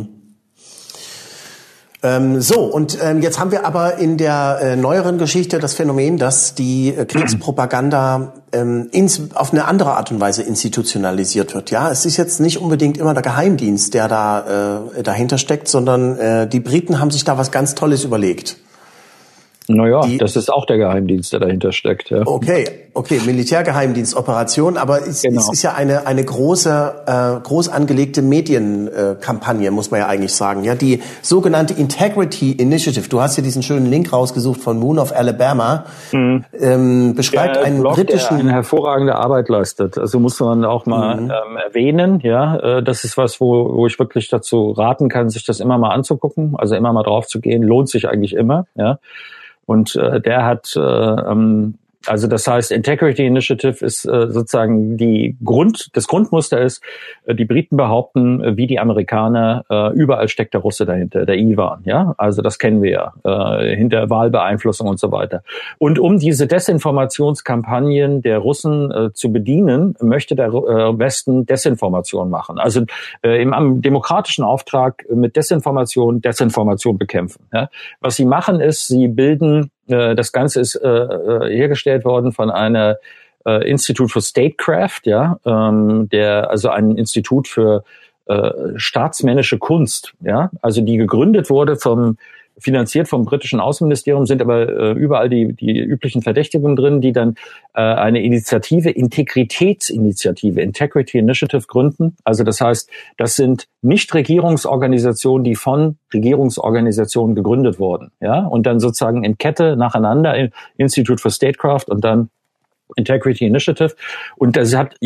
Jetzt haben wir aber in der neueren Geschichte das Phänomen, dass die Kriegspropaganda auf eine andere Art und Weise institutionalisiert wird. Ja, es ist jetzt nicht unbedingt immer der Geheimdienst, der da dahinter steckt, sondern die Briten haben sich da was ganz Tolles überlegt. Naja, das ist auch der Geheimdienst, der dahinter steckt. Ja. Okay, Militärgeheimdienstoperation, aber es ist ja eine groß angelegte Medienkampagne, muss man ja eigentlich sagen. Ja, die sogenannte Integrity Initiative. Du hast hier diesen schönen Link rausgesucht von Moon of Alabama. Beschreibt einen Blog, britischen, der eine hervorragende Arbeit leistet. Also muss man auch mal erwähnen. Ja, das ist was, wo ich wirklich dazu raten kann, sich das immer mal anzugucken. Also immer mal drauf zu gehen, lohnt sich eigentlich immer. Ja. Und der hat Also das heißt, Integrity Initiative ist sozusagen das Grundmuster ist, die Briten behaupten, wie die Amerikaner, überall steckt der Russe dahinter, der Iwan, ja. Also das kennen wir ja, hinter Wahlbeeinflussung und so weiter. Und um diese Desinformationskampagnen der Russen zu bedienen, möchte der Westen Desinformation machen. Also im demokratischen Auftrag mit Desinformation bekämpfen. Ja? Was sie machen ist, sie bilden, das Ganze ist hergestellt worden von einer Institute for Statecraft, ja, also ein Institut für staatsmännische Kunst, ja, also die gegründet wurde finanziert vom britischen Außenministerium, sind aber überall die üblichen Verdächtigungen drin, die dann eine Integritätsinitiative, Integrity Initiative gründen. Also das heißt, das sind Nichtregierungsorganisationen, die von Regierungsorganisationen gegründet wurden, ja, und dann sozusagen in Kette nacheinander Institute for Statecraft und dann Integrity Initiative. Und das hat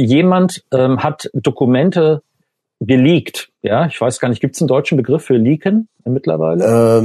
Dokumente geleakt, ja, ich weiß gar nicht, gibt es einen deutschen Begriff für leaken mittlerweile?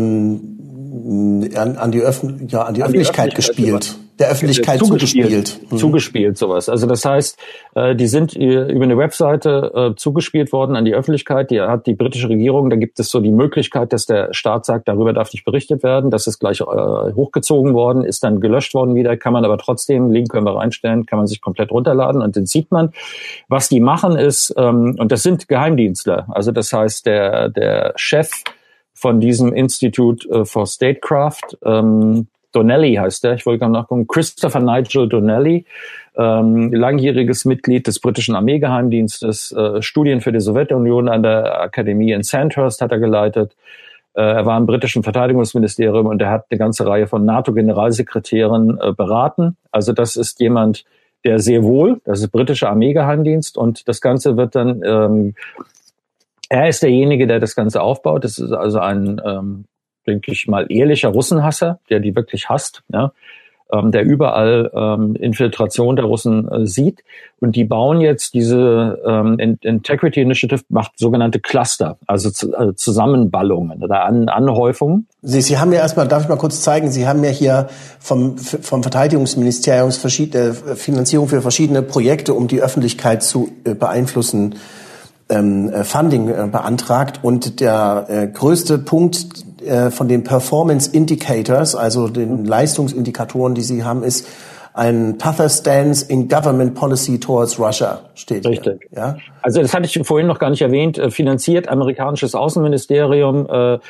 An die Öffentlichkeit gespielt. Der Öffentlichkeit zugespielt. Zugespielt, sowas. Also das heißt, die sind über eine Webseite zugespielt worden an die Öffentlichkeit. Die hat die britische Regierung, da gibt es so die Möglichkeit, dass der Staat sagt, darüber darf nicht berichtet werden. Das ist gleich hochgezogen worden, ist dann gelöscht worden wieder, kann man aber trotzdem, Link können wir reinstellen, kann man sich komplett runterladen und dann sieht man, was die machen ist, und das sind Geheimdienstler. Also das heißt, der Chef von diesem Institute for Statecraft, Donnelly heißt der, ich wollte gerade nachgucken, Christopher Nigel Donnelly, langjähriges Mitglied des britischen Armeegeheimdienstes, Studien für die Sowjetunion an der Akademie in Sandhurst hat er geleitet. Er war im britischen Verteidigungsministerium und er hat eine ganze Reihe von NATO-Generalsekretären beraten. Also das ist jemand, der sehr wohl, das ist britischer Armeegeheimdienst und das Ganze wird dann, er ist derjenige, der das Ganze aufbaut. Das ist also ein, denke ich mal, ehrlicher Russenhasser, der die wirklich hasst, ja, der überall Infiltration der Russen sieht. Und die bauen jetzt diese Integrity Initiative macht sogenannte Cluster, also Zusammenballungen oder Anhäufungen. Sie haben ja erstmal, darf ich mal kurz zeigen, Sie haben ja hier vom Verteidigungsministerium Finanzierung für verschiedene Projekte, um die Öffentlichkeit zu beeinflussen, Funding beantragt. Und der größte Punkt von den Performance Indicators, also den Leistungsindikatoren, die Sie haben, ist ein tougher stance in government policy towards Russia, steht Richtig. Hier. Ja? Also das hatte ich vorhin noch gar nicht erwähnt, finanziert amerikanisches Außenministerium,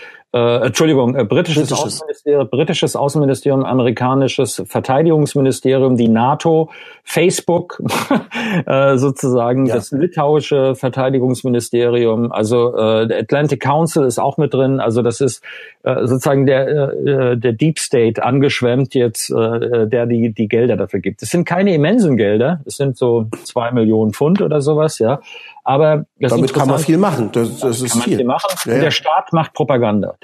britisches Außenministerium, amerikanisches Verteidigungsministerium, die NATO, Facebook, sozusagen das litauische Verteidigungsministerium, also der Atlantic Council ist auch mit drin, also das ist sozusagen der Deep State angeschwemmt jetzt, der die Gelder dafür gibt. Es sind keine immensen Gelder, es sind so 2 Millionen Pfund oder sowas, ja. Aber damit kann man viel machen. Das ist viel. Ja, ja. Der Staat macht Propaganda.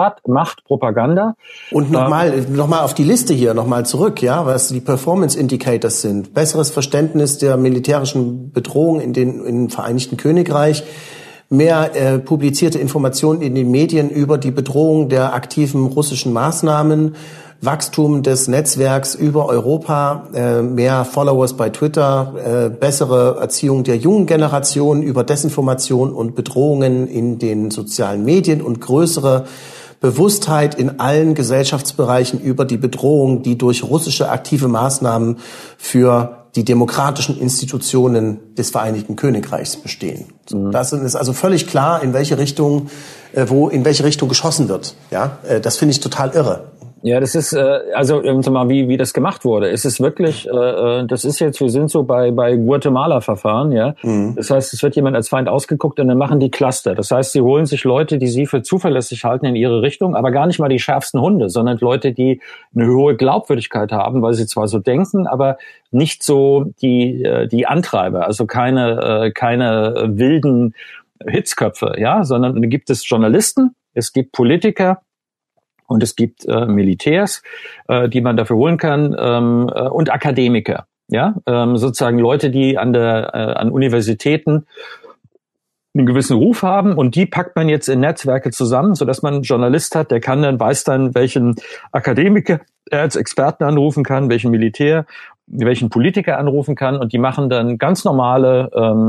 Und nochmal auf die Liste hier, nochmal zurück, ja, was die Performance Indicators sind. Besseres Verständnis der militärischen Bedrohung im Vereinigten Königreich. Mehr publizierte Informationen in den Medien über die Bedrohung der aktiven russischen Maßnahmen. Wachstum des Netzwerks über Europa, mehr Followers bei Twitter, bessere Erziehung der jungen Generation über Desinformation und Bedrohungen in den sozialen Medien und größere Bewusstheit in allen Gesellschaftsbereichen über die Bedrohung, die durch russische aktive Maßnahmen für die demokratischen Institutionen des Vereinigten Königreichs bestehen. Das ist also völlig klar, in welche Richtung geschossen wird. Ja, das finde ich total irre. Ja, das ist also mal wie das gemacht wurde. Es ist wirklich, das ist jetzt, wir sind so bei Guatemala-Verfahren, ja. Das heißt, es wird jemand als Feind ausgeguckt und dann machen die Cluster. Das heißt, sie holen sich Leute, die sie für zuverlässig halten in ihre Richtung, aber gar nicht mal die schärfsten Hunde, sondern Leute, die eine hohe Glaubwürdigkeit haben, weil sie zwar so denken, aber nicht so die Antreiber, also keine wilden Hitzköpfe, ja, sondern da gibt es Journalisten, es gibt Politiker, und es gibt Militärs, die man dafür holen kann, und Akademiker, ja, sozusagen Leute, die an Universitäten einen gewissen Ruf haben, und die packt man jetzt in Netzwerke zusammen, sodass man einen Journalist hat, der weiß dann, welchen Akademiker er als Experten anrufen kann, welchen Militär, welchen Politiker er anrufen kann, und die machen dann ganz normale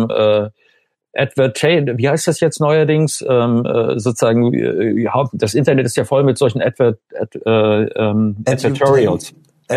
wie heißt das jetzt neuerdings? Sozusagen, das Internet ist ja voll mit solchen Advertorials.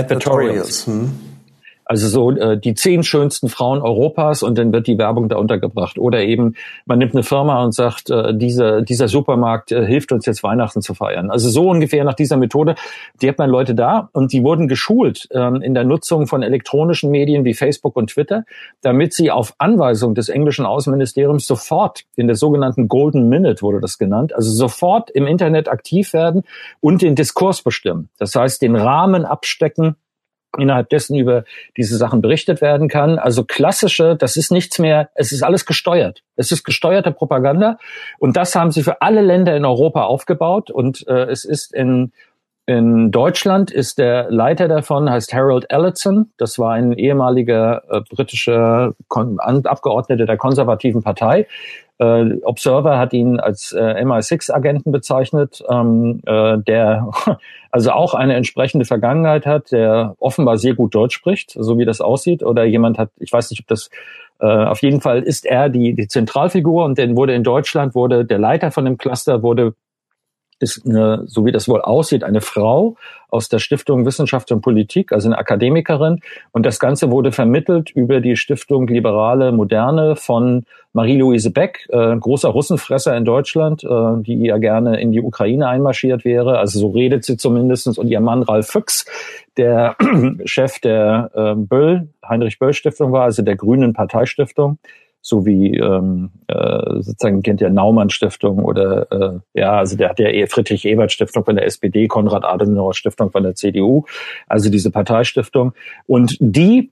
Also so die 10 schönsten Frauen Europas, und dann wird die Werbung da untergebracht. Oder eben, man nimmt eine Firma und sagt, dieser Supermarkt hilft uns jetzt Weihnachten zu feiern. Also so ungefähr nach dieser Methode. Die hat man Leute da, und die wurden geschult in der Nutzung von elektronischen Medien wie Facebook und Twitter, damit sie auf Anweisung des englischen Außenministeriums sofort in der sogenannten Golden Minute, wurde das genannt, also sofort im Internet aktiv werden und den Diskurs bestimmen. Das heißt, den Rahmen abstecken, innerhalb dessen über diese Sachen berichtet werden kann. Also klassische, das ist nichts mehr, es ist alles gesteuert. Es ist gesteuerte Propaganda, und das haben sie für alle Länder in Europa aufgebaut, und es ist in Deutschland ist der Leiter davon, heißt Harold Ellison. Das war ein ehemaliger britischer Abgeordneter der konservativen Partei. Observer hat ihn als MI6-Agenten bezeichnet, der also auch eine entsprechende Vergangenheit hat, der offenbar sehr gut Deutsch spricht, so wie das aussieht. Oder jemand hat, ich weiß nicht, ob das, auf jeden Fall ist er die Zentralfigur, und dann wurde in Deutschland, der Leiter von dem Cluster ist eine, so wie das wohl aussieht, eine Frau aus der Stiftung Wissenschaft und Politik, also eine Akademikerin. Und das Ganze wurde vermittelt über die Stiftung Liberale Moderne von Marie-Louise Beck, großer Russenfresser in Deutschland, die ja gerne in die Ukraine einmarschiert wäre. Also so redet sie zumindestens. Und ihr Mann Ralf Füchs, der Chef der Heinrich-Böll-Stiftung war, also der Grünen Parteistiftung. So wie sozusagen kennt ihr Naumann-Stiftung oder also der hat ja Friedrich-Ebert-Stiftung von der SPD, Konrad-Adenauer-Stiftung von der CDU, also diese Parteistiftung. Und die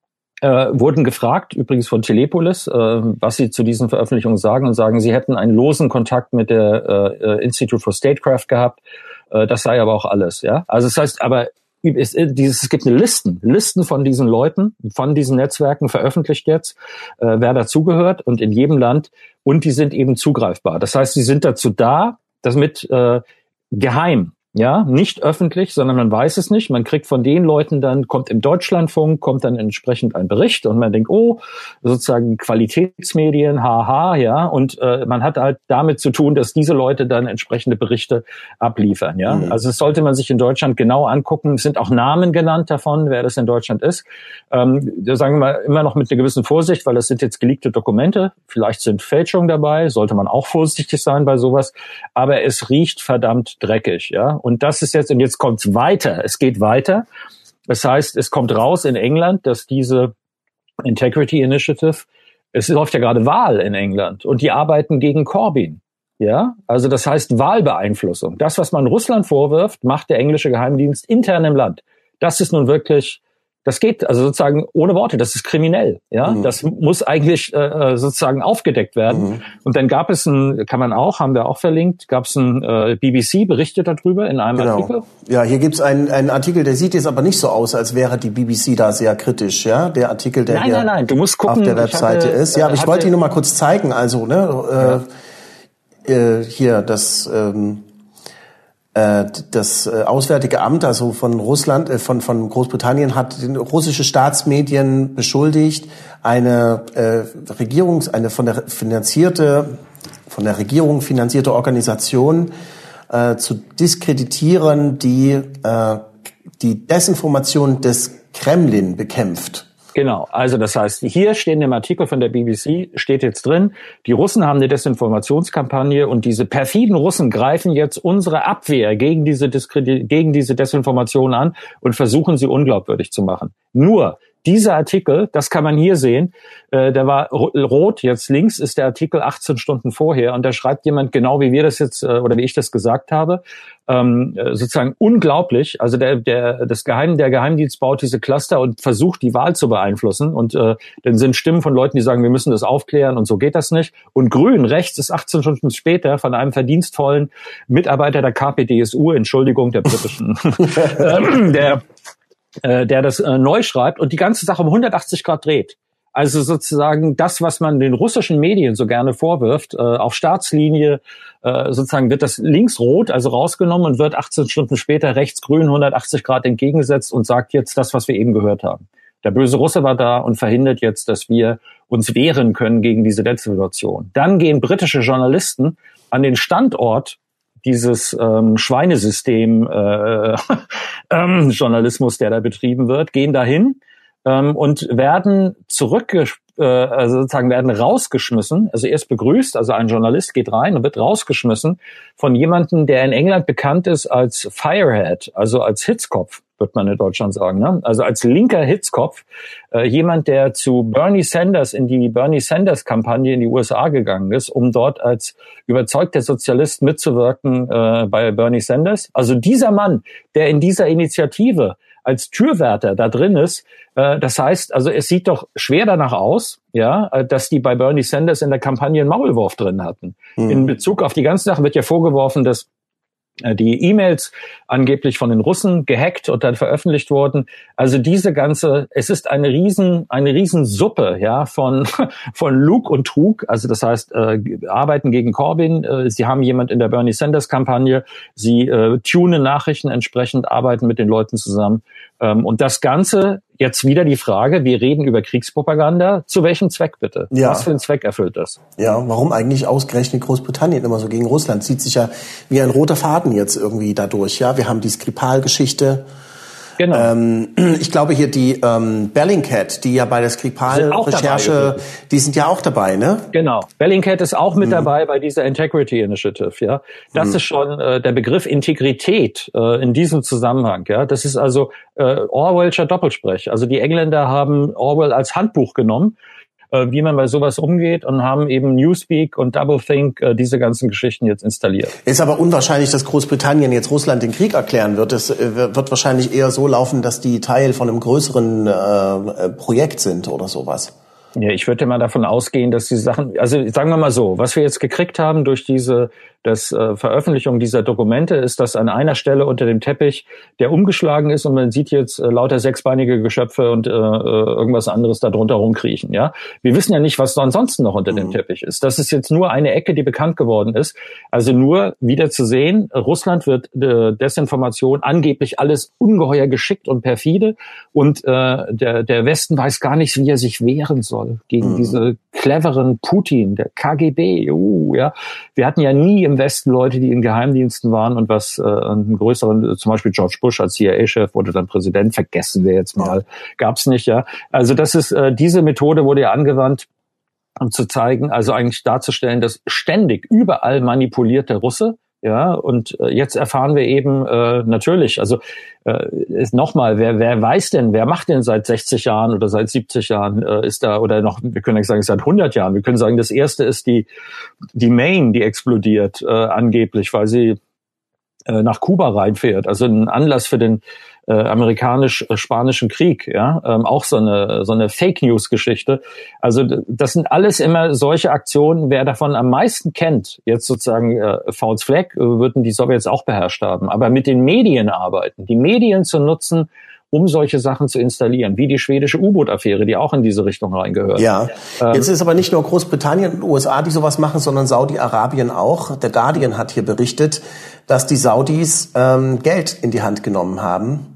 wurden gefragt, übrigens von Telepolis, was sie zu diesen Veröffentlichungen sagen, und sagen, sie hätten einen losen Kontakt mit der Institute for Statecraft gehabt. Das sei aber auch alles, ja. Also das heißt, aber es gibt eine Listen von diesen Leuten, von diesen Netzwerken veröffentlicht jetzt, wer dazugehört, und in jedem Land, und die sind eben zugreifbar. Das heißt, sie sind dazu da, das mit geheim, ja, nicht öffentlich, sondern man weiß es nicht. Man kriegt von den Leuten dann, kommt im Deutschlandfunk, kommt dann entsprechend ein Bericht, und man denkt, oh, sozusagen Qualitätsmedien, haha, ja, und man hat halt damit zu tun, dass diese Leute dann entsprechende Berichte abliefern, ja. Mhm. Also das sollte man sich in Deutschland genau angucken. Es sind auch Namen genannt davon, wer das in Deutschland ist. Da sagen wir immer noch mit einer gewissen Vorsicht, weil das sind jetzt geleakte Dokumente. Vielleicht sind Fälschungen dabei, sollte man auch vorsichtig sein bei sowas. Aber es riecht verdammt dreckig, ja. Und das ist jetzt, und jetzt kommt's weiter. Es geht weiter. Das heißt, es kommt raus in England, dass diese Integrity Initiative, es läuft ja gerade Wahl in England, und die arbeiten gegen Corbyn. Ja, also das heißt Wahlbeeinflussung. Das, was man Russland vorwirft, macht der englische Geheimdienst intern im Land. Das ist nun wirklich, das geht also sozusagen ohne Worte, das ist kriminell. Ja, das muss eigentlich sozusagen aufgedeckt werden. Mhm. Und dann gab es haben wir auch verlinkt, gab es ein BBC berichtet darüber in einem Artikel. Ja, hier gibt's einen Artikel, der sieht jetzt aber nicht so aus, als wäre die BBC da sehr kritisch. Ja, der Artikel, der nein, du musst gucken, auf der Webseite ist. Ja, aber ich wollte ihn nur mal kurz zeigen. Also hier das Auswärtige Amt, also von Russland, von Großbritannien, hat den russische Staatsmedien beschuldigt, eine von der Regierung finanzierte Organisation zu diskreditieren, die Desinformation des Kremlin bekämpft. Genau, also das heißt, hier steht in dem Artikel von der BBC, steht jetzt drin, die Russen haben eine Desinformationskampagne, und diese perfiden Russen greifen jetzt unsere Abwehr gegen diese Desinformation an und versuchen, sie unglaubwürdig zu machen. Nur, dieser Artikel, das kann man hier sehen, der war rot, jetzt links ist der Artikel 18 Stunden vorher, und da schreibt jemand genau, wie wir das jetzt, oder wie ich das gesagt habe, sozusagen unglaublich. Also der Geheimdienst baut diese Cluster und versucht, die Wahl zu beeinflussen, und dann sind Stimmen von Leuten, die sagen, wir müssen das aufklären, und so geht das nicht. Und grün, rechts ist 18 Stunden später von einem verdienstvollen Mitarbeiter der KPDSU, Entschuldigung, der britischen, der das neu schreibt und die ganze Sache um 180 Grad dreht. Also sozusagen das, was man den russischen Medien so gerne vorwirft, auf Staatslinie, sozusagen wird das links-rot, also rausgenommen, und wird 18 Stunden später rechts-grün 180 Grad entgegengesetzt und sagt jetzt das, was wir eben gehört haben. Der böse Russe war da und verhindert jetzt, dass wir uns wehren können gegen diese Situation. Dann gehen britische Journalisten an den Standort dieses Schweinesystem Journalismus, der da betrieben wird, gehen dahin und werden also sozusagen werden rausgeschmissen, also erst begrüßt, also ein Journalist geht rein und wird rausgeschmissen von jemandem, der in England bekannt ist als Firehead, also als Hitzkopf, wird man in Deutschland sagen, ne? Also als linker Hitzkopf, jemand, der zu Bernie Sanders in die Bernie Sanders Kampagne in die USA gegangen ist, um dort als überzeugter Sozialist mitzuwirken bei Bernie Sanders. Also dieser Mann, der in dieser Initiative als Türwärter da drin ist, das heißt, also es sieht doch schwer danach aus, ja, dass die bei Bernie Sanders in der Kampagne einen Maulwurf drin hatten. In Bezug auf die ganze Sache wird ja vorgeworfen, dass die E-Mails angeblich von den Russen gehackt und dann veröffentlicht wurden. Also es ist eine Riesensuppe, ja, von Lug und Trug. Also das heißt, arbeiten gegen Corbyn. Sie haben jemand in der Bernie Sanders Kampagne. Sie tunen Nachrichten entsprechend, arbeiten mit den Leuten zusammen. Und das Ganze, jetzt wieder die Frage, wir reden über Kriegspropaganda. Zu welchem Zweck bitte? Ja. Was für einen Zweck erfüllt das? Ja, warum eigentlich ausgerechnet Großbritannien immer so gegen Russland? Zieht sich ja wie ein roter Faden jetzt irgendwie dadurch. Ja, wir haben die Skripal-Geschichte. Genau. Ich glaube hier die Bellingcat, die ja bei der Skripal-Recherche, die sind ja auch dabei, ne? Genau. Bellingcat ist auch mit dabei bei dieser Integrity Initiative, ja. Das ist schon der Begriff Integrität in diesem Zusammenhang, ja. Das ist also Orwellscher Doppelsprech. Also die Engländer haben Orwell als Handbuch genommen, wie man bei sowas umgeht, und haben eben Newspeak und Doublethink, diese ganzen Geschichten jetzt installiert. Ist aber unwahrscheinlich, dass Großbritannien jetzt Russland den Krieg erklären wird. Es wird wahrscheinlich eher so laufen, dass die Teil von einem größeren Projekt sind oder sowas. Ja, ich würde mal davon ausgehen, dass die Sachen, also sagen wir mal so, was wir jetzt gekriegt haben durch Veröffentlichung dieser Dokumente, ist, dass an einer Stelle unter dem Teppich der umgeschlagen ist und man sieht jetzt lauter sechsbeinige Geschöpfe und irgendwas anderes da drunter rumkriechen. Ja, wir wissen ja nicht, was ansonsten noch unter dem Teppich ist. Das ist jetzt nur eine Ecke, die bekannt geworden ist. Also nur wieder zu sehen, Russland wird Desinformation, angeblich alles ungeheuer geschickt und perfide, und der Westen weiß gar nicht, wie er sich wehren soll gegen diese cleveren Putin, der KGB. Ja, wir hatten ja nie im Westen Leute, die in Geheimdiensten waren und was einen größeren, zum Beispiel George Bush als CIA-Chef wurde dann Präsident, vergessen wir jetzt mal, gab's nicht, ja. Also das ist diese Methode wurde ja angewandt, um zu zeigen, also eigentlich darzustellen, dass ständig überall manipuliert der Russe. Ja, und jetzt erfahren wir eben natürlich, also nochmal, wer weiß denn, wer macht denn seit 60 Jahren oder seit 70 Jahren ist da, oder noch, wir können nicht sagen seit 100 Jahren, wir können sagen, das erste ist die Maine, die explodiert angeblich, weil sie nach Kuba reinfährt, also ein Anlass für den amerikanisch-spanischen Krieg, ja, auch so eine Fake-News-Geschichte. Also das sind alles immer solche Aktionen. Wer davon am meisten kennt, jetzt sozusagen Fouls Flag, würden die Sowjets auch beherrscht haben. Aber mit den Medien arbeiten, die Medien zu nutzen, um solche Sachen zu installieren, wie die schwedische U-Boot-Affäre, die auch in diese Richtung reingehört. Ja, jetzt ist aber nicht nur Großbritannien und USA, die sowas machen, sondern Saudi-Arabien auch. Der Guardian hat hier berichtet, dass die Saudis Geld in die Hand genommen haben,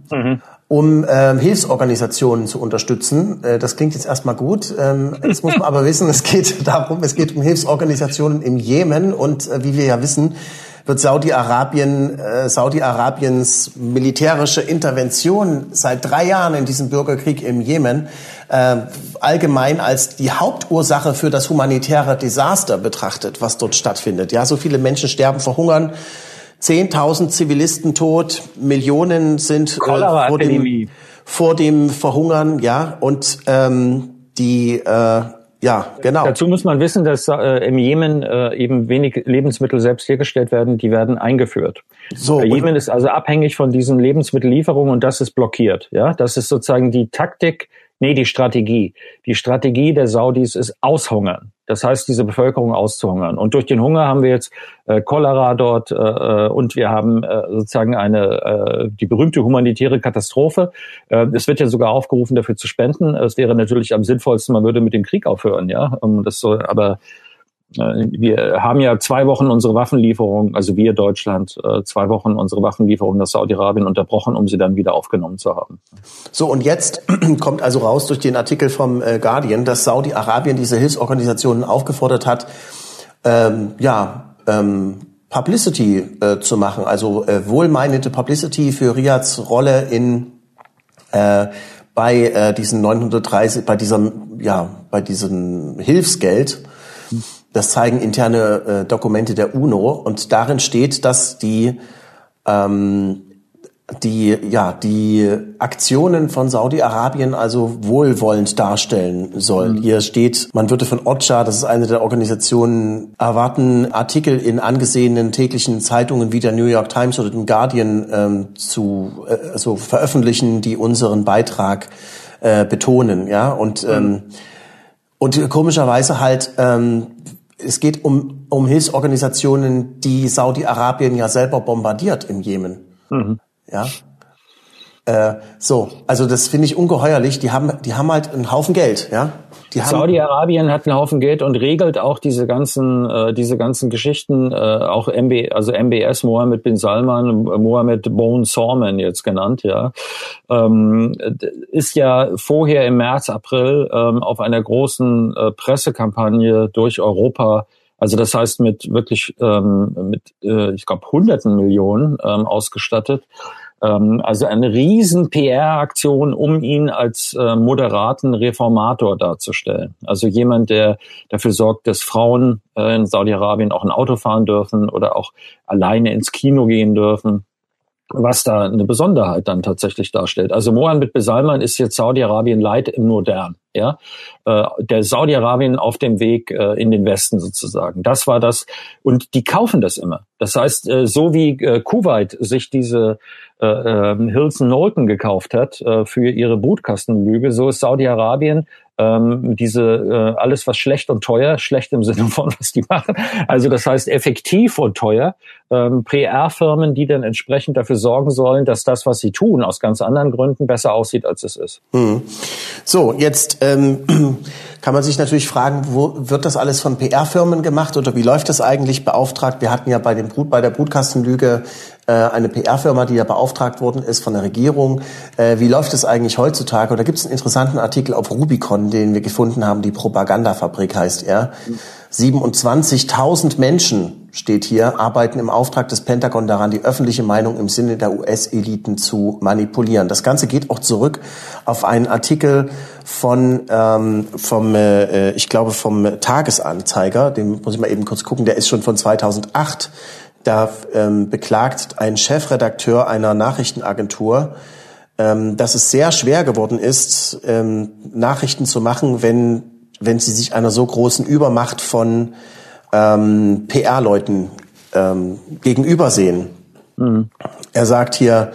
um Hilfsorganisationen zu unterstützen. Das klingt jetzt erstmal gut. Jetzt muss man aber wissen, es geht um Hilfsorganisationen im Jemen, und wie wir ja wissen, wird Saudi-Arabiens militärische Intervention seit 3 Jahren in diesem Bürgerkrieg im Jemen allgemein als die Hauptursache für das humanitäre Desaster betrachtet, was dort stattfindet. Ja, so viele Menschen sterben, verhungern, 10.000 Zivilisten tot, Millionen sind vor dem Verhungern, ja, und ja, genau. Dazu muss man wissen, dass im Jemen eben wenig Lebensmittel selbst hergestellt werden, die werden eingeführt. So, Jemen ist also abhängig von diesen Lebensmittellieferungen, und das ist blockiert. Ja, das ist sozusagen die Strategie. Die Strategie der Saudis ist aushungern. Das heißt, diese Bevölkerung auszuhungern. Und durch den Hunger haben wir jetzt Cholera dort und wir haben sozusagen die berühmte humanitäre Katastrophe. Es wird ja sogar aufgerufen, dafür zu spenden. Es wäre natürlich am sinnvollsten, man würde mit dem Krieg aufhören, ja. Aber wir haben ja 2 Wochen unsere Waffenlieferung, also wir Deutschland, 2 Wochen unsere Waffenlieferung nach Saudi-Arabien unterbrochen, um sie dann wieder aufgenommen zu haben. So, und jetzt kommt also raus durch den Artikel vom Guardian, dass Saudi-Arabien diese Hilfsorganisationen aufgefordert hat, Publicity zu machen, also wohlmeinende Publicity für Riyads Rolle bei diesen 930, bei diesem Hilfsgeld. Das zeigen interne Dokumente der UNO, und darin steht, dass die Aktionen von Saudi-Arabien also wohlwollend darstellen sollen. Hier steht, man würde von OCHA, das ist eine der Organisationen, erwarten, Artikel in angesehenen täglichen Zeitungen wie der New York Times oder dem Guardian zu veröffentlichen, die unseren Beitrag betonen, ja, und komischerweise halt es geht um Hilfsorganisationen, die Saudi-Arabien ja selber bombardiert im Jemen. Ja. Also das finde ich ungeheuerlich. Die haben halt einen Haufen Geld, ja. Saudi-Arabien hat einen Haufen Geld und regelt auch diese ganzen Geschichten, auch MBS, Mohammed bin Salman, Mohammed Bin Salman jetzt genannt, ja, ist ja vorher im März, April auf einer großen Pressekampagne durch Europa, also das heißt mit wirklich ich glaube Hunderten Millionen ausgestattet. Also eine riesen PR-Aktion, um ihn als moderaten Reformator darzustellen. Also jemand, der dafür sorgt, dass Frauen in Saudi-Arabien auch ein Auto fahren dürfen oder auch alleine ins Kino gehen dürfen, was da eine Besonderheit dann tatsächlich darstellt. Also Mohammed bin Salman ist jetzt Saudi-Arabien Light im Modern, ja. Der Saudi-Arabien auf dem Weg in den Westen sozusagen. Das war das. Und die kaufen das immer. Das heißt, so wie Kuwait sich diese Hilton Knowlton gekauft hat für ihre Brutkastenlüge, so ist Saudi-Arabien alles was schlecht und teuer, schlecht im Sinne von was die machen, also das heißt effektiv und teuer, PR-Firmen, die dann entsprechend dafür sorgen sollen, dass das, was sie tun, aus ganz anderen Gründen besser aussieht, als es ist. So, jetzt kann man sich natürlich fragen, wo wird das alles von PR-Firmen gemacht oder wie läuft das eigentlich beauftragt? Wir hatten ja bei der Brutkastenlüge eine PR-Firma, die ja beauftragt worden ist von der Regierung. Wie läuft es eigentlich heutzutage? Und da gibt es einen interessanten Artikel auf Rubicon, den wir gefunden haben, die Propagandafabrik heißt er. 27.000 Menschen, steht hier, arbeiten im Auftrag des Pentagon daran, die öffentliche Meinung im Sinne der US-Eliten zu manipulieren. Das Ganze geht auch zurück auf einen Artikel vom Tagesanzeiger, den muss ich mal eben kurz gucken, der ist schon von 2008. Da beklagt ein Chefredakteur einer Nachrichtenagentur, dass es sehr schwer geworden ist, Nachrichten zu machen, wenn sie sich einer so großen Übermacht von PR-Leuten gegenübersehen. Er sagt hier,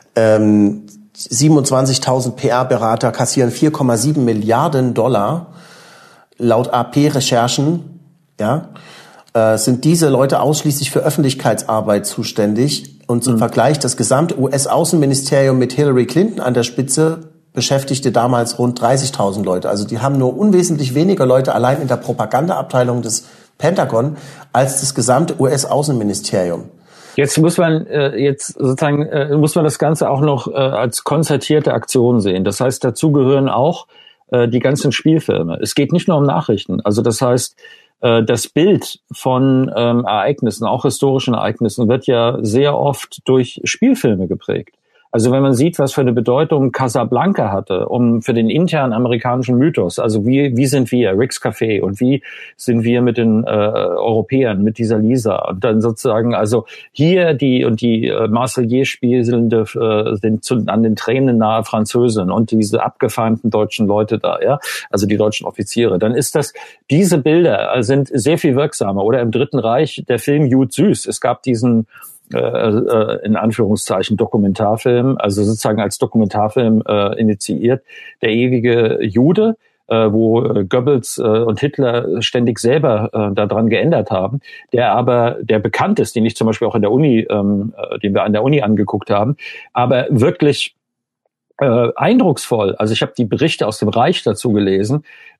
27.000 PR-Berater kassieren 4,7 Milliarden $, laut AP-Recherchen, ja, sind diese Leute ausschließlich für Öffentlichkeitsarbeit zuständig. Und zum Vergleich, das gesamte US-Außenministerium mit Hillary Clinton an der Spitze beschäftigte damals rund 30.000 Leute. Also die haben nur unwesentlich weniger Leute allein in der Propagandaabteilung des Pentagon als das gesamte US-Außenministerium. Jetzt muss man das Ganze auch noch als konzertierte Aktion sehen. Das heißt, dazu gehören auch die ganzen Spielfilme. Es geht nicht nur um Nachrichten. Also das heißt, das Bild von Ereignissen, auch historischen Ereignissen, wird ja sehr oft durch Spielfilme geprägt. Also wenn man sieht, was für eine Bedeutung Casablanca hatte, für den internen amerikanischen Mythos, also wie sind wir, Rick's Café, und wie sind wir mit den Europäern, mit dieser Lisa, und dann sozusagen, also hier die Marseillaise spielende sind an den Tränen nahe Französin und diese abgefeimten deutschen Leute da, ja, also die deutschen Offiziere, dann ist diese Bilder sind sehr viel wirksamer. Oder im Dritten Reich der Film Jud Süß, es gab diesen in Anführungszeichen Dokumentarfilm, also sozusagen als Dokumentarfilm initiiert, der ewige Jude, wo Goebbels und Hitler ständig selber daran geändert haben, der bekannt ist, den ich zum Beispiel auch in der Uni, den wir an der Uni angeguckt haben, aber wirklich eindrucksvoll. Also ich habe die Berichte aus dem Reich dazu gelesen,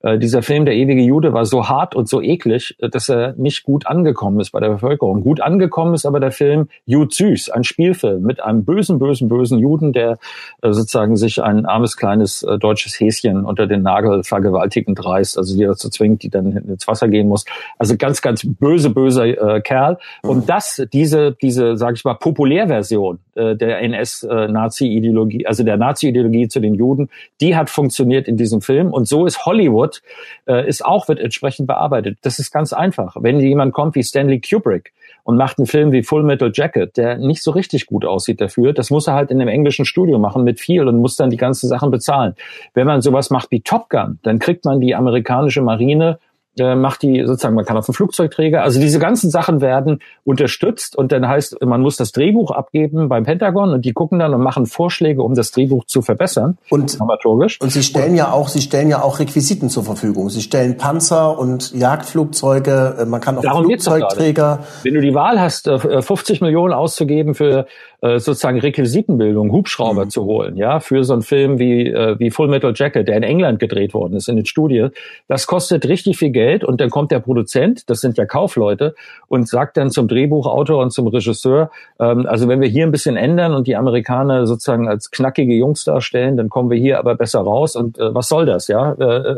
Dieser Film Der ewige Jude war so hart und so eklig, dass er nicht gut angekommen ist bei der Bevölkerung. Gut angekommen ist aber der Film Jud Süß, ein Spielfilm mit einem bösen Juden, der sozusagen sich ein armes, kleines deutsches Häschen unter den Nagel vergewaltigend reißt, also die dazu zwingt, die dann ins Wasser gehen muss. Also ganz, ganz böser Kerl. Und diese, sage ich mal, Populärversion der NS-Nazi-Ideologie, also der Nazi-Ideologie zu den Juden, die hat funktioniert in diesem Film. Und so ist Hollywood, wird entsprechend bearbeitet. Das ist ganz einfach. Wenn jemand kommt wie Stanley Kubrick und macht einen Film wie Full Metal Jacket, der nicht so richtig gut aussieht dafür, das muss er halt in einem englischen Studio machen mit viel und muss dann die ganzen Sachen bezahlen. Wenn man sowas macht wie Top Gun, dann kriegt man die amerikanische Marine, macht die sozusagen, man kann auf den Flugzeugträger, also diese ganzen Sachen werden unterstützt und dann heißt, man muss das Drehbuch abgeben beim Pentagon und die gucken dann und machen Vorschläge, um das Drehbuch zu verbessern, dramaturgisch. Und sie stellen ja auch Requisiten zur Verfügung. Sie stellen Panzer und Jagdflugzeuge, man kann auch Flugzeugträger. Wenn du die Wahl hast, 50 Millionen auszugeben für sozusagen Requisitenbildung, Hubschrauber zu holen, ja, für so einen Film wie Full Metal Jacket, der in England gedreht worden ist, in den Studien, das kostet richtig viel Geld und dann kommt der Produzent, das sind ja Kaufleute, und sagt dann zum Drehbuchautor und zum Regisseur, also wenn wir hier ein bisschen ändern und die Amerikaner sozusagen als knackige Jungs darstellen, dann kommen wir hier aber besser raus und was soll das, ja,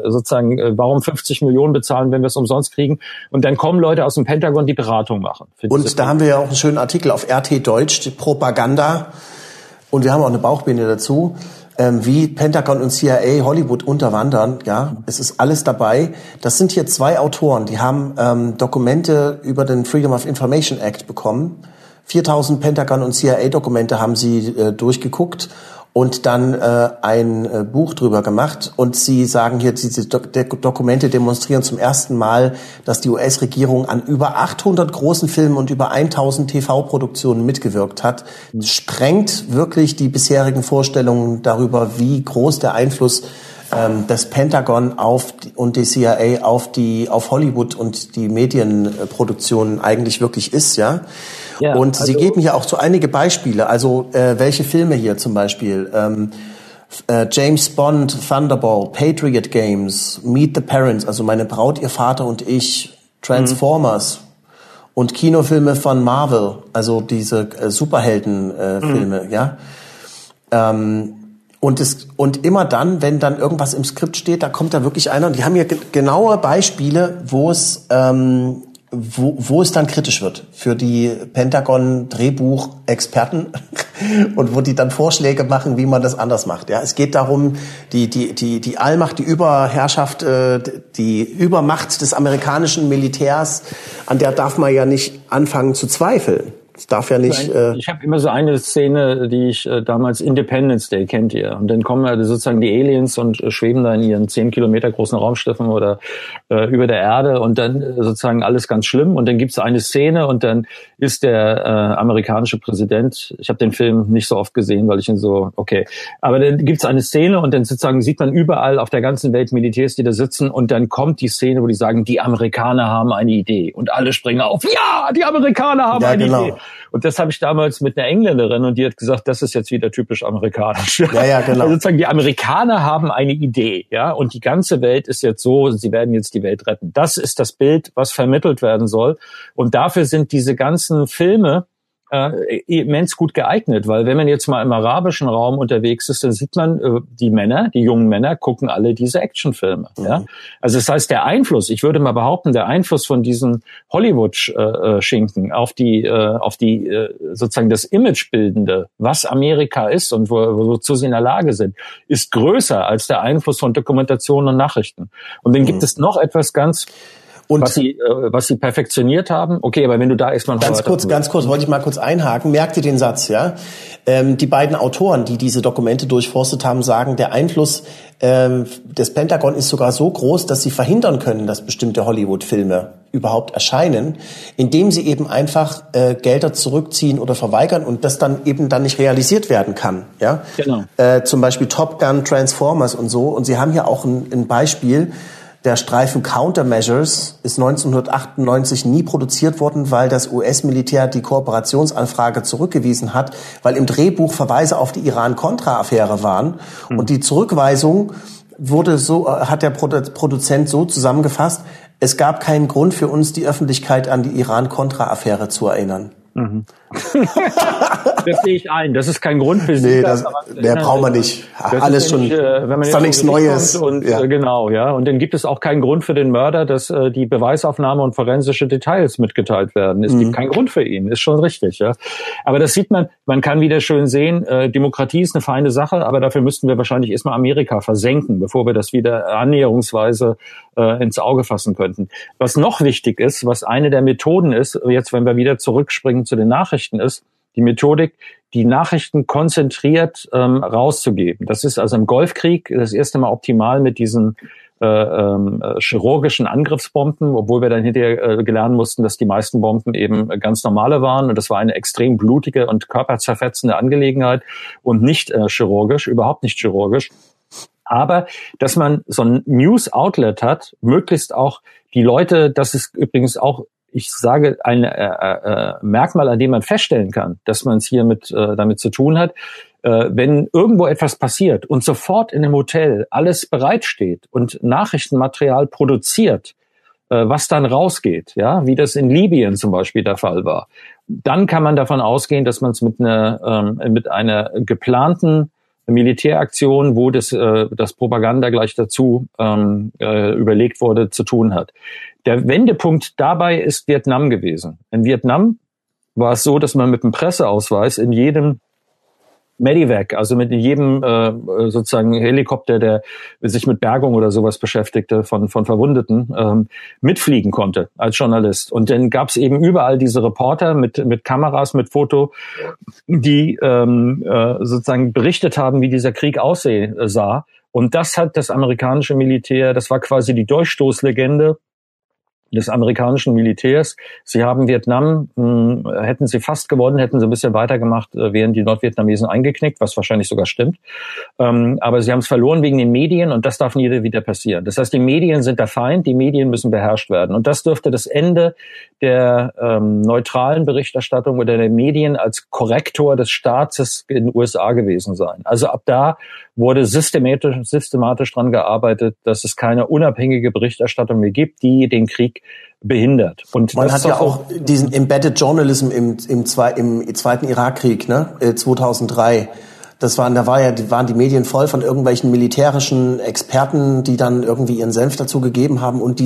warum 50 Millionen bezahlen, wenn wir es umsonst kriegen, und dann kommen Leute aus dem Pentagon, die Beratung machen. Und da haben wir ja auch einen schönen Artikel auf RT Deutsch, die Propaganda, und wir haben auch eine Bauchbinde dazu, wie Pentagon und CIA Hollywood unterwandern, ja, es ist alles dabei. Das sind hier 2 Autoren, die haben Dokumente über den Freedom of Information Act bekommen. 4000 Pentagon und CIA Dokumente haben sie durchgeguckt und dann ein Buch drüber gemacht. Und sie sagen hier, diese Dokumente demonstrieren zum ersten Mal, dass die US-Regierung an über 800 großen Filmen und über 1000 TV-Produktionen mitgewirkt hat. Sprengt wirklich die bisherigen Vorstellungen darüber, wie groß der Einfluss des Pentagon und die CIA auf Hollywood und die Medienproduktionen eigentlich wirklich ist, ja. Ja, und sie geben hier auch so einige Beispiele, also welche Filme hier zum Beispiel, James Bond, Thunderball, Patriot Games, Meet the Parents, also Meine Braut, ihr Vater und ich, Transformers und Kinofilme von Marvel, also diese Superheldenfilme, ja. Und immer dann, wenn dann irgendwas im Skript steht, da kommt da wirklich einer, und die haben hier genaue Beispiele, wo es dann kritisch wird für die Pentagon-Drehbuch-Experten und wo die dann Vorschläge machen, wie man das anders macht. Ja, es geht darum, die Allmacht, die Überherrschaft, die Übermacht des amerikanischen Militärs, an der darf man ja nicht anfangen zu zweifeln. Es darf ja nicht. Ich habe immer so eine Szene, die ich damals Independence Day, kennt ihr? Und dann kommen sozusagen die Aliens und schweben da in ihren 10 Kilometer großen Raumschiffen oder über der Erde und dann sozusagen alles ganz schlimm. Und dann gibt's eine Szene und dann ist der amerikanische Präsident, ich habe den Film nicht so oft gesehen, weil ich ihn so, okay, aber dann gibt's eine Szene und dann sozusagen sieht man überall auf der ganzen Welt Militärs, die da sitzen, und dann kommt die Szene, wo die sagen, die Amerikaner haben eine Idee, und alle springen auf, ja, die Amerikaner haben eine Idee. Und das habe ich damals mit einer Engländerin, und die hat gesagt, das ist jetzt wieder typisch amerikanisch. Ja, genau. Also sozusagen die Amerikaner haben eine Idee, ja, und die ganze Welt ist jetzt so, sie werden jetzt die Welt retten. Das ist das Bild, was vermittelt werden soll. Und dafür sind diese ganzen Filme immens gut geeignet, weil wenn man jetzt mal im arabischen Raum unterwegs ist, dann sieht man, die jungen Männer gucken alle diese Actionfilme. Ja? Also das heißt, der Einfluss, ich würde mal behaupten, der Einfluss von diesen Hollywood-Schinken auf die sozusagen das Imagebildende, was Amerika ist und wozu sie in der Lage sind, ist größer als der Einfluss von Dokumentationen und Nachrichten. Und dann gibt es noch etwas was sie perfektioniert haben. Okay, aber wenn du da erstmal ganz kurz, wollte ich mal kurz einhaken. Merkt ihr den Satz, ja? Die beiden Autoren, die diese Dokumente durchforstet haben, sagen, der Einfluss des Pentagon ist sogar so groß, dass sie verhindern können, dass bestimmte Hollywood-Filme überhaupt erscheinen, indem sie eben einfach Gelder zurückziehen oder verweigern und das dann eben nicht realisiert werden kann. Ja? Genau. Zum Beispiel Top Gun, Transformers und so. Und sie haben hier auch ein Beispiel. Der Streifen Countermeasures ist 1998 nie produziert worden, weil das US-Militär die Kooperationsanfrage zurückgewiesen hat, weil im Drehbuch Verweise auf die Iran-Contra-Affäre waren. Und die Zurückweisung hat der Produzent so zusammengefasst, es gab keinen Grund für uns, die Öffentlichkeit an die Iran-Contra-Affäre zu erinnern. Mhm. Das sehe ich ein. Das ist kein Grund für Sie. Nee, mehr brauchen wir nicht. Alles schon, wenn man ist doch nichts Neues. Und, genau, ja. Und dann gibt es auch keinen Grund für den Mörder, dass die Beweisaufnahme und forensische Details mitgeteilt werden. Es gibt keinen Grund für ihn. Ist schon richtig, ja. Aber das sieht man kann wieder schön sehen, Demokratie ist eine feine Sache, aber dafür müssten wir wahrscheinlich erstmal Amerika versenken, bevor wir das wieder annäherungsweise ins Auge fassen könnten. Was noch wichtig ist, was eine der Methoden ist, jetzt wenn wir wieder zurückspringen zu den Nachrichten, ist die Methodik, die Nachrichten konzentriert rauszugeben. Das ist also im Golfkrieg das erste Mal optimal mit diesen chirurgischen Angriffsbomben, obwohl wir dann hinterher gelernt mussten, dass die meisten Bomben eben ganz normale waren und das war eine extrem blutige und körperzerfetzende Angelegenheit und nicht chirurgisch, überhaupt nicht chirurgisch. Aber dass man so ein News-Outlet hat, möglichst auch die Leute, das ist übrigens auch, ich sage, ein Merkmal, an dem man feststellen kann, dass man es hier damit zu tun hat, wenn irgendwo etwas passiert und sofort in einem Hotel alles bereitsteht und Nachrichtenmaterial produziert, was dann rausgeht, ja, wie das in Libyen zum Beispiel der Fall war, dann kann man davon ausgehen, dass man es mit einer geplanten Militäraktion, wo das Propaganda gleich dazu überlegt wurde, zu tun hat. Der Wendepunkt dabei ist Vietnam gewesen. In Vietnam war es so, dass man mit dem Presseausweis in jedem Medivac, also mit jedem sozusagen Helikopter, der sich mit Bergung oder sowas beschäftigte von Verwundeten, mitfliegen konnte als Journalist. Und dann gab es eben überall diese Reporter mit Kameras, mit Foto, die sozusagen berichtet haben, wie dieser Krieg aussah. Und das hat das amerikanische Militär, das war quasi die Durchstoßlegende des amerikanischen Militärs. Sie haben Vietnam, hätten sie fast gewonnen, hätten sie ein bisschen weitergemacht, wären die Nordvietnamesen eingeknickt, was wahrscheinlich sogar stimmt. Aber sie haben es verloren wegen den Medien und das darf nie wieder passieren. Das heißt, die Medien sind der Feind, die Medien müssen beherrscht werden. Und das dürfte das Ende der neutralen Berichterstattung oder der Medien als Korrektor des Staates in den USA gewesen sein. Also ab da wurde systematisch dran gearbeitet, dass es keine unabhängige Berichterstattung mehr gibt, die den Krieg behindert. Und man hat ja auch diesen Embedded Journalism im zweiten Irakkrieg, ne, 2003. Waren die Medien voll von irgendwelchen militärischen Experten, die dann irgendwie ihren Senf dazu gegeben haben und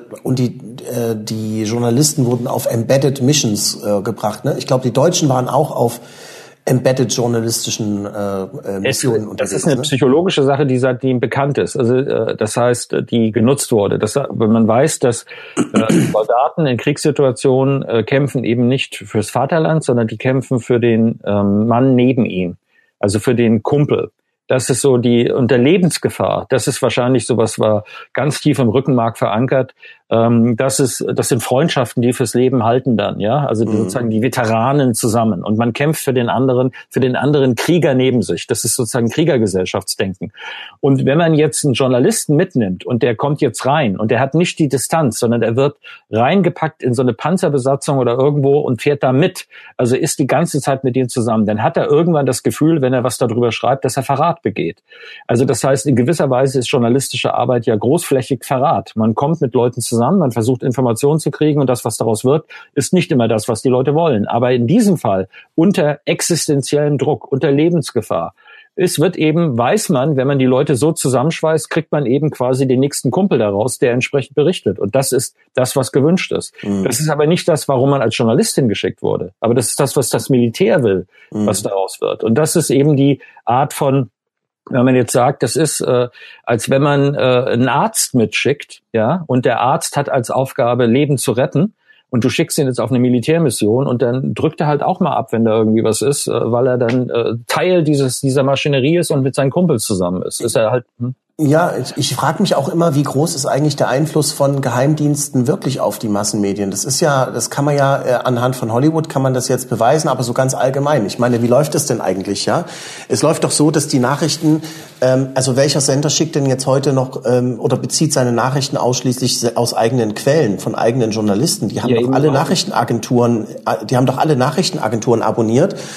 die Journalisten wurden auf Embedded Missions gebracht, ne? Ich glaube, die Deutschen waren auch auf embedded journalistischen Missionen unterwegs. Das ist eine psychologische Sache, die bekannt ist. Also das heißt, die genutzt wurde. Wenn man weiß, dass Soldaten in Kriegssituationen kämpfen eben nicht fürs Vaterland, sondern die kämpfen für den Mann neben ihm, also für den Kumpel. Das ist so unter Lebensgefahr. Das ist wahrscheinlich sowas, war ganz tief im Rückenmark verankert. Das sind Freundschaften, die fürs Leben halten dann, ja. Also sozusagen die Veteranen zusammen. Und man kämpft für den anderen Krieger neben sich. Das ist sozusagen Kriegergesellschaftsdenken. Und wenn man jetzt einen Journalisten mitnimmt und der kommt jetzt rein und der hat nicht die Distanz, sondern er wird reingepackt in so eine Panzerbesatzung oder irgendwo und fährt da mit. Also ist die ganze Zeit mit denen zusammen. Dann hat er irgendwann das Gefühl, wenn er was darüber schreibt, dass er Verrat begeht. Also das heißt, in gewisser Weise ist journalistische Arbeit ja großflächig Verrat. Man kommt mit Leuten zusammen, man versucht Informationen zu kriegen und das, was daraus wird, ist nicht immer das, was die Leute wollen. Aber in diesem Fall unter existenziellem Druck, unter Lebensgefahr. Es wird eben, weiß man, wenn man die Leute so zusammenschweißt, kriegt man eben quasi den nächsten Kumpel daraus, der entsprechend berichtet. Und das ist das, was gewünscht ist. Das ist aber nicht das, warum man als Journalistin geschickt wurde. Aber das ist das, was das Militär will, was daraus wird. Und das ist eben die Art von, wenn man jetzt sagt, das ist, als wenn man einen Arzt mitschickt, ja, und der Arzt hat als Aufgabe, Leben zu retten, und du schickst ihn jetzt auf eine Militärmission und dann drückt er halt auch mal ab, wenn da irgendwie was ist, weil er dann Teil dieser Maschinerie ist und mit seinen Kumpels zusammen ist. Ist er halt. Ja, ich frage mich auch immer, wie groß ist eigentlich der Einfluss von Geheimdiensten wirklich auf die Massenmedien? Das kann man ja anhand von Hollywood kann man das jetzt beweisen, aber so ganz allgemein. Ich meine, wie läuft das denn eigentlich, ja? Es läuft doch so, dass die Nachrichten, also welcher Sender schickt denn jetzt heute noch oder bezieht seine Nachrichten ausschließlich aus eigenen Quellen, von eigenen Journalisten? Die haben doch alle Nachrichtenagenturen abonniert.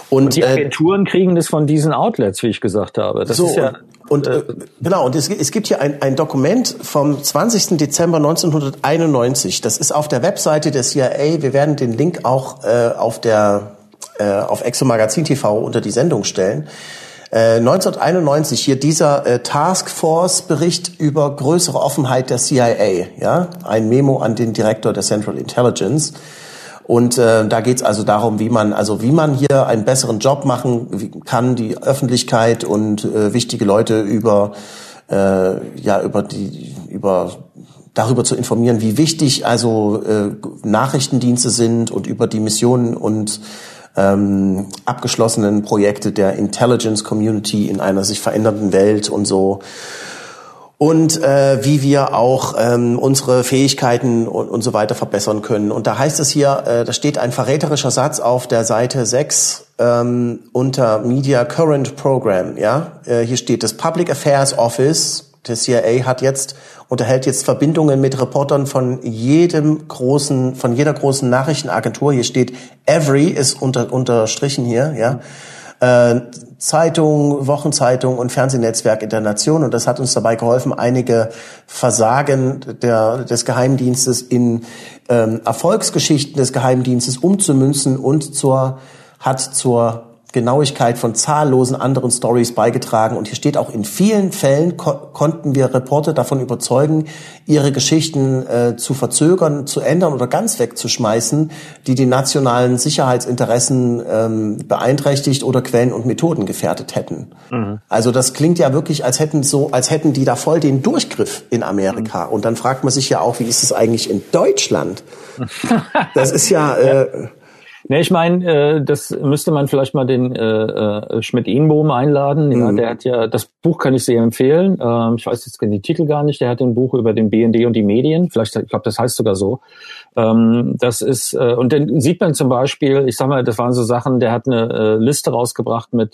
Und die Agenturen kriegen das von diesen Outlets, wie ich gesagt habe. Das ist ja genau, und es gibt hier ein Dokument vom 20. Dezember 1991. Das ist auf der Webseite der CIA. Wir werden den Link auch auf Exo-Magazin TV unter die Sendung stellen. 1991 hier dieser Taskforce-Bericht über größere Offenheit der CIA, ja, ein Memo an den Direktor der Central Intelligence. Und da geht's also darum, wie man hier einen besseren Job machen kann, die Öffentlichkeit und wichtige Leute darüber zu informieren, wie wichtig also Nachrichtendienste sind und über die Missionen und abgeschlossenen Projekte der Intelligence Community in einer sich verändernden Welt und so. Und wie wir auch unsere Fähigkeiten und so weiter verbessern können. Und da heißt es hier, da steht ein verräterischer Satz auf der Seite 6 unter Media Current Program. Ja, hier steht, das Public Affairs Office der CIA unterhält jetzt Verbindungen mit Reportern von jeder großen Nachrichtenagentur. Hier steht every ist unterstrichen hier, ja. Zeitung, Wochenzeitung und Fernsehnetzwerk in der Nation, und das hat uns dabei geholfen, einige Versagen des Geheimdienstes in Erfolgsgeschichten des Geheimdienstes umzumünzen und hat zur Genauigkeit von zahllosen anderen Stories beigetragen. Und hier steht auch, in vielen Fällen konnten wir Reporter davon überzeugen, ihre Geschichten zu verzögern, zu ändern oder ganz wegzuschmeißen, die nationalen Sicherheitsinteressen beeinträchtigt oder Quellen und Methoden gefährdet hätten. Mhm. Also das klingt ja wirklich, als hätten die da voll den Durchgriff in Amerika. Mhm. Und dann fragt man sich ja auch, wie ist es eigentlich in Deutschland? Das ist ja... Ne, ich meine, das müsste man vielleicht mal den Schmidt-Ehnbohm einladen. Ja, der hat ja, das Buch kann ich sehr empfehlen. Ich weiß jetzt die Titel gar nicht. Der hat ein Buch über den BND und die Medien. Vielleicht, ich glaube, das heißt sogar so. Das ist, und dann sieht man zum Beispiel, ich sag mal, das waren so Sachen, der hat eine Liste rausgebracht mit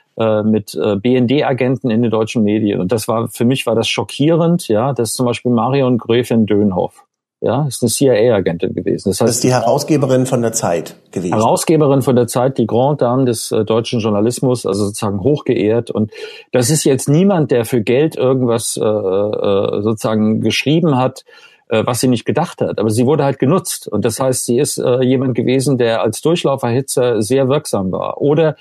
BND-Agenten in den deutschen Medien. Und für mich war das schockierend, ja. Das ist zum Beispiel Marion Gräfin Dönhoff. Ja, ist eine CIA-Agentin gewesen. Das ist die Herausgeberin von der Zeit gewesen. Herausgeberin von der Zeit, die Grande Dame des deutschen Journalismus, also sozusagen hochgeehrt. Und das ist jetzt niemand, der für Geld irgendwas sozusagen geschrieben hat, was sie nicht gedacht hat. Aber sie wurde halt genutzt. Und das heißt, sie ist jemand gewesen, der als Durchlauferhitzer sehr wirksam war. Oder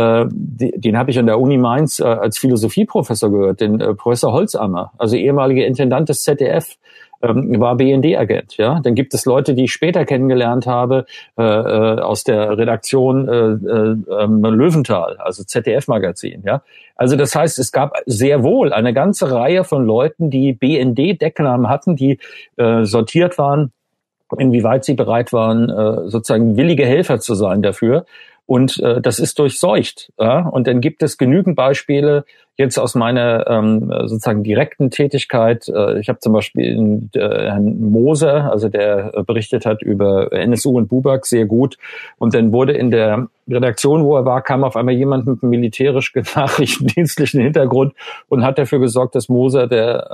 den habe ich an der Uni Mainz als Philosophieprofessor gehört, den Professor Holzammer, also ehemaliger Intendant des ZDF. War BND-Agent, ja. Dann gibt es Leute, die ich später kennengelernt habe, aus der Redaktion Löwenthal, also ZDF-Magazin, ja. Also das heißt, es gab sehr wohl eine ganze Reihe von Leuten, die BND-Decknamen hatten, die sortiert waren, inwieweit sie bereit waren, sozusagen willige Helfer zu sein dafür. Und das ist durchseucht. Ja? Und dann gibt es genügend Beispiele jetzt aus meiner sozusagen direkten Tätigkeit. Ich habe zum Beispiel Herrn Moser, also der berichtet hat über NSU und Buback, sehr gut. Und dann wurde in der Redaktion, wo er war, kam auf einmal jemand mit einem militärisch-nachrichtendienstlichen Hintergrund und hat dafür gesorgt, dass Moser, der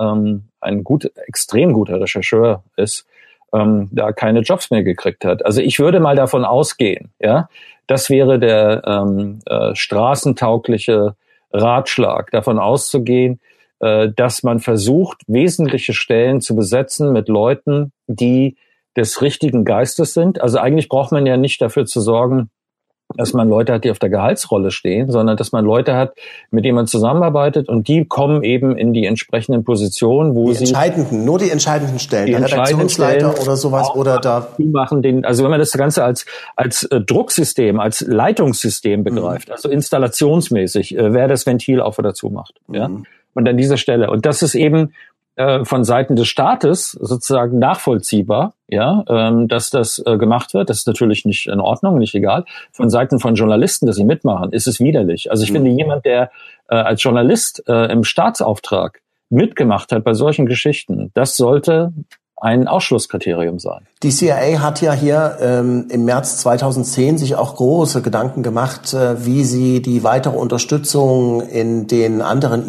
extrem guter Rechercheur ist, da keine Jobs mehr gekriegt hat. Also ich würde mal davon ausgehen, ja, das wäre der straßentaugliche Ratschlag, davon auszugehen, dass man versucht, wesentliche Stellen zu besetzen mit Leuten, die des richtigen Geistes sind. Also eigentlich braucht man ja nicht dafür zu sorgen, dass man Leute hat, die auf der Gehaltsrolle stehen, sondern dass man Leute hat, mit denen man zusammenarbeitet, und die kommen eben in die entsprechenden Positionen, wo nur die entscheidenden Stellen, der Redaktionsleiter oder sowas, oder da machen also wenn man das Ganze als Drucksystem, als Leitungssystem begreift, also installationsmäßig, wer das Ventil auf oder zu macht, ja, und an dieser Stelle, und das ist eben von Seiten des Staates sozusagen nachvollziehbar, ja, dass das gemacht wird. Das ist natürlich nicht in Ordnung, nicht egal. Von Seiten von Journalisten, dass sie mitmachen, ist es widerlich. Also ich finde, jemand, der als Journalist im Staatsauftrag mitgemacht hat bei solchen Geschichten, das sollte ein Ausschlusskriterium sein. Die CIA hat ja hier im März 2010 sich auch große Gedanken gemacht, wie sie die weitere Unterstützung in den anderen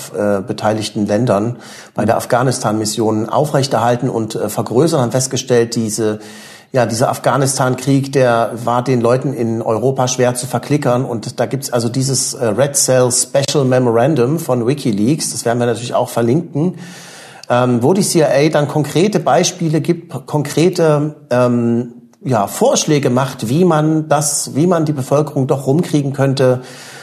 ISAF beteiligten Ländern bei der Afghanistan-Mission aufrechterhalten und vergrößern, haben festgestellt, diese ja, dieser Afghanistan-Krieg, der war den Leuten in Europa schwer zu verklickern. Und da gibt's also dieses Red Cell Special Memorandum von WikiLeaks, das werden wir natürlich auch verlinken, wo die CIA dann konkrete Beispiele gibt, konkrete Vorschläge macht, wie man die Bevölkerung doch rumkriegen könnte,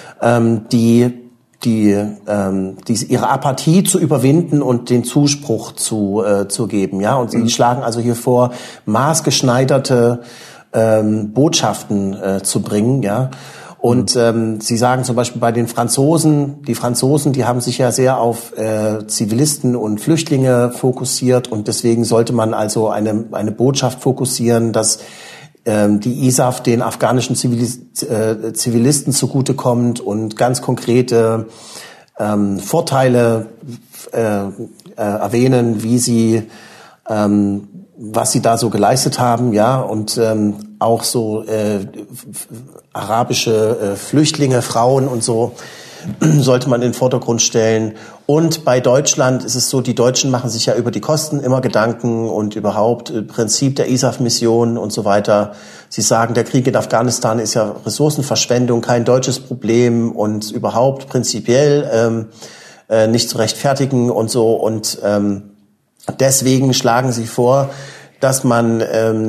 ihre Apathie zu überwinden und den Zuspruch zu geben, ja. Und sie schlagen also hier vor, maßgeschneiderte Botschaften zu bringen, ja. Und sie sagen zum Beispiel bei den Franzosen, die haben sich ja sehr auf Zivilisten und Flüchtlinge fokussiert und deswegen sollte man also eine Botschaft fokussieren, dass die ISAF den afghanischen Zivilisten zugutekommt und ganz konkrete Vorteile erwähnen, wie sie was sie da so geleistet haben, ja, und auch so arabische Flüchtlinge, Frauen und so sollte man in den Vordergrund stellen. Und bei Deutschland ist es so, die Deutschen machen sich ja über die Kosten immer Gedanken und überhaupt Prinzip der ISAF-Mission und so weiter. Sie sagen, der Krieg in Afghanistan ist ja Ressourcenverschwendung, kein deutsches Problem und überhaupt prinzipiell nicht zu rechtfertigen und so. Und deswegen schlagen sie vor, dass man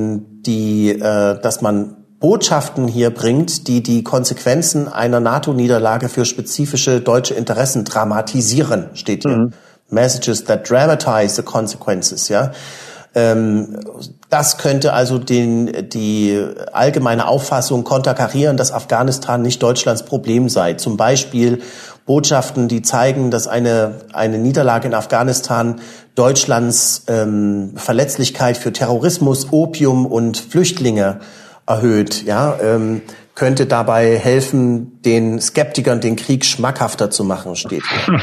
Botschaften hier bringt, die die Konsequenzen einer NATO-Niederlage für spezifische deutsche Interessen dramatisieren, steht hier. Messages that dramatize the consequences, ja. Das könnte also die allgemeine Auffassung konterkarieren, dass Afghanistan nicht Deutschlands Problem sei. Zum Beispiel Botschaften, die zeigen, dass eine Niederlage in Afghanistan Deutschlands Verletzlichkeit für Terrorismus, Opium und Flüchtlinge erhöht, ja, könnte dabei helfen, den Skeptikern den Krieg schmackhafter zu machen, steht hier.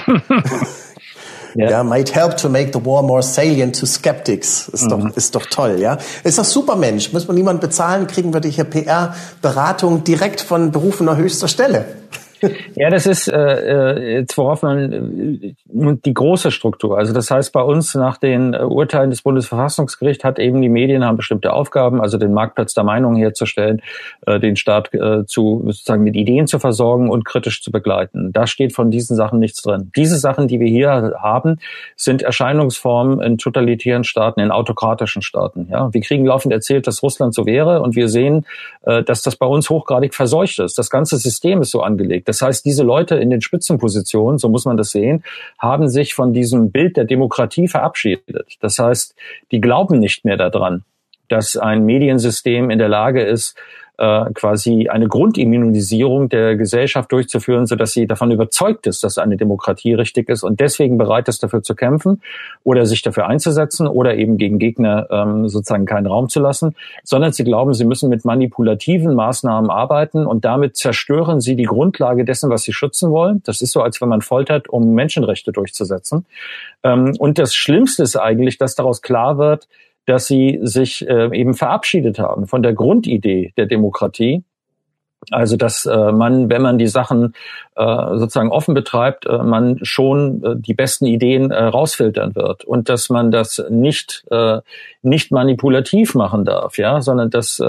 Ja, might help to make the war more salient to skeptics. Ist doch toll, ja. Ist doch super, Mensch. Muss man niemanden bezahlen, kriegen wir hier PR-Beratung direkt von berufener höchster Stelle. Ja, das ist jetzt worauf man die große Struktur. Also das heißt, bei uns nach den Urteilen des Bundesverfassungsgerichts haben bestimmte Aufgaben, also den Marktplatz der Meinung herzustellen, den Staat sozusagen mit Ideen zu versorgen und kritisch zu begleiten. Da steht von diesen Sachen nichts drin. Diese Sachen, die wir hier haben, sind Erscheinungsformen in totalitären Staaten, in autokratischen Staaten. Ja, wir kriegen laufend erzählt, dass Russland so wäre, und wir sehen, dass das bei uns hochgradig verseucht ist. Das ganze System ist so angelegt. Das heißt, diese Leute in den Spitzenpositionen, so muss man das sehen, haben sich von diesem Bild der Demokratie verabschiedet. Das heißt, die glauben nicht mehr daran, dass ein Mediensystem in der Lage ist, quasi eine Grundimmunisierung der Gesellschaft durchzuführen, sodass sie davon überzeugt ist, dass eine Demokratie richtig ist und deswegen bereit ist, dafür zu kämpfen oder sich dafür einzusetzen oder eben gegen Gegner sozusagen keinen Raum zu lassen, sondern sie glauben, sie müssen mit manipulativen Maßnahmen arbeiten und damit zerstören sie die Grundlage dessen, was sie schützen wollen. Das ist so, als wenn man foltert, um Menschenrechte durchzusetzen. Und das Schlimmste ist eigentlich, dass daraus klar wird, dass sie sich eben verabschiedet haben von der Grundidee der Demokratie. Also dass man, wenn man die Sachen sozusagen offen betreibt, man schon die besten Ideen rausfiltern wird und dass man das nicht manipulativ machen darf, ja, sondern dass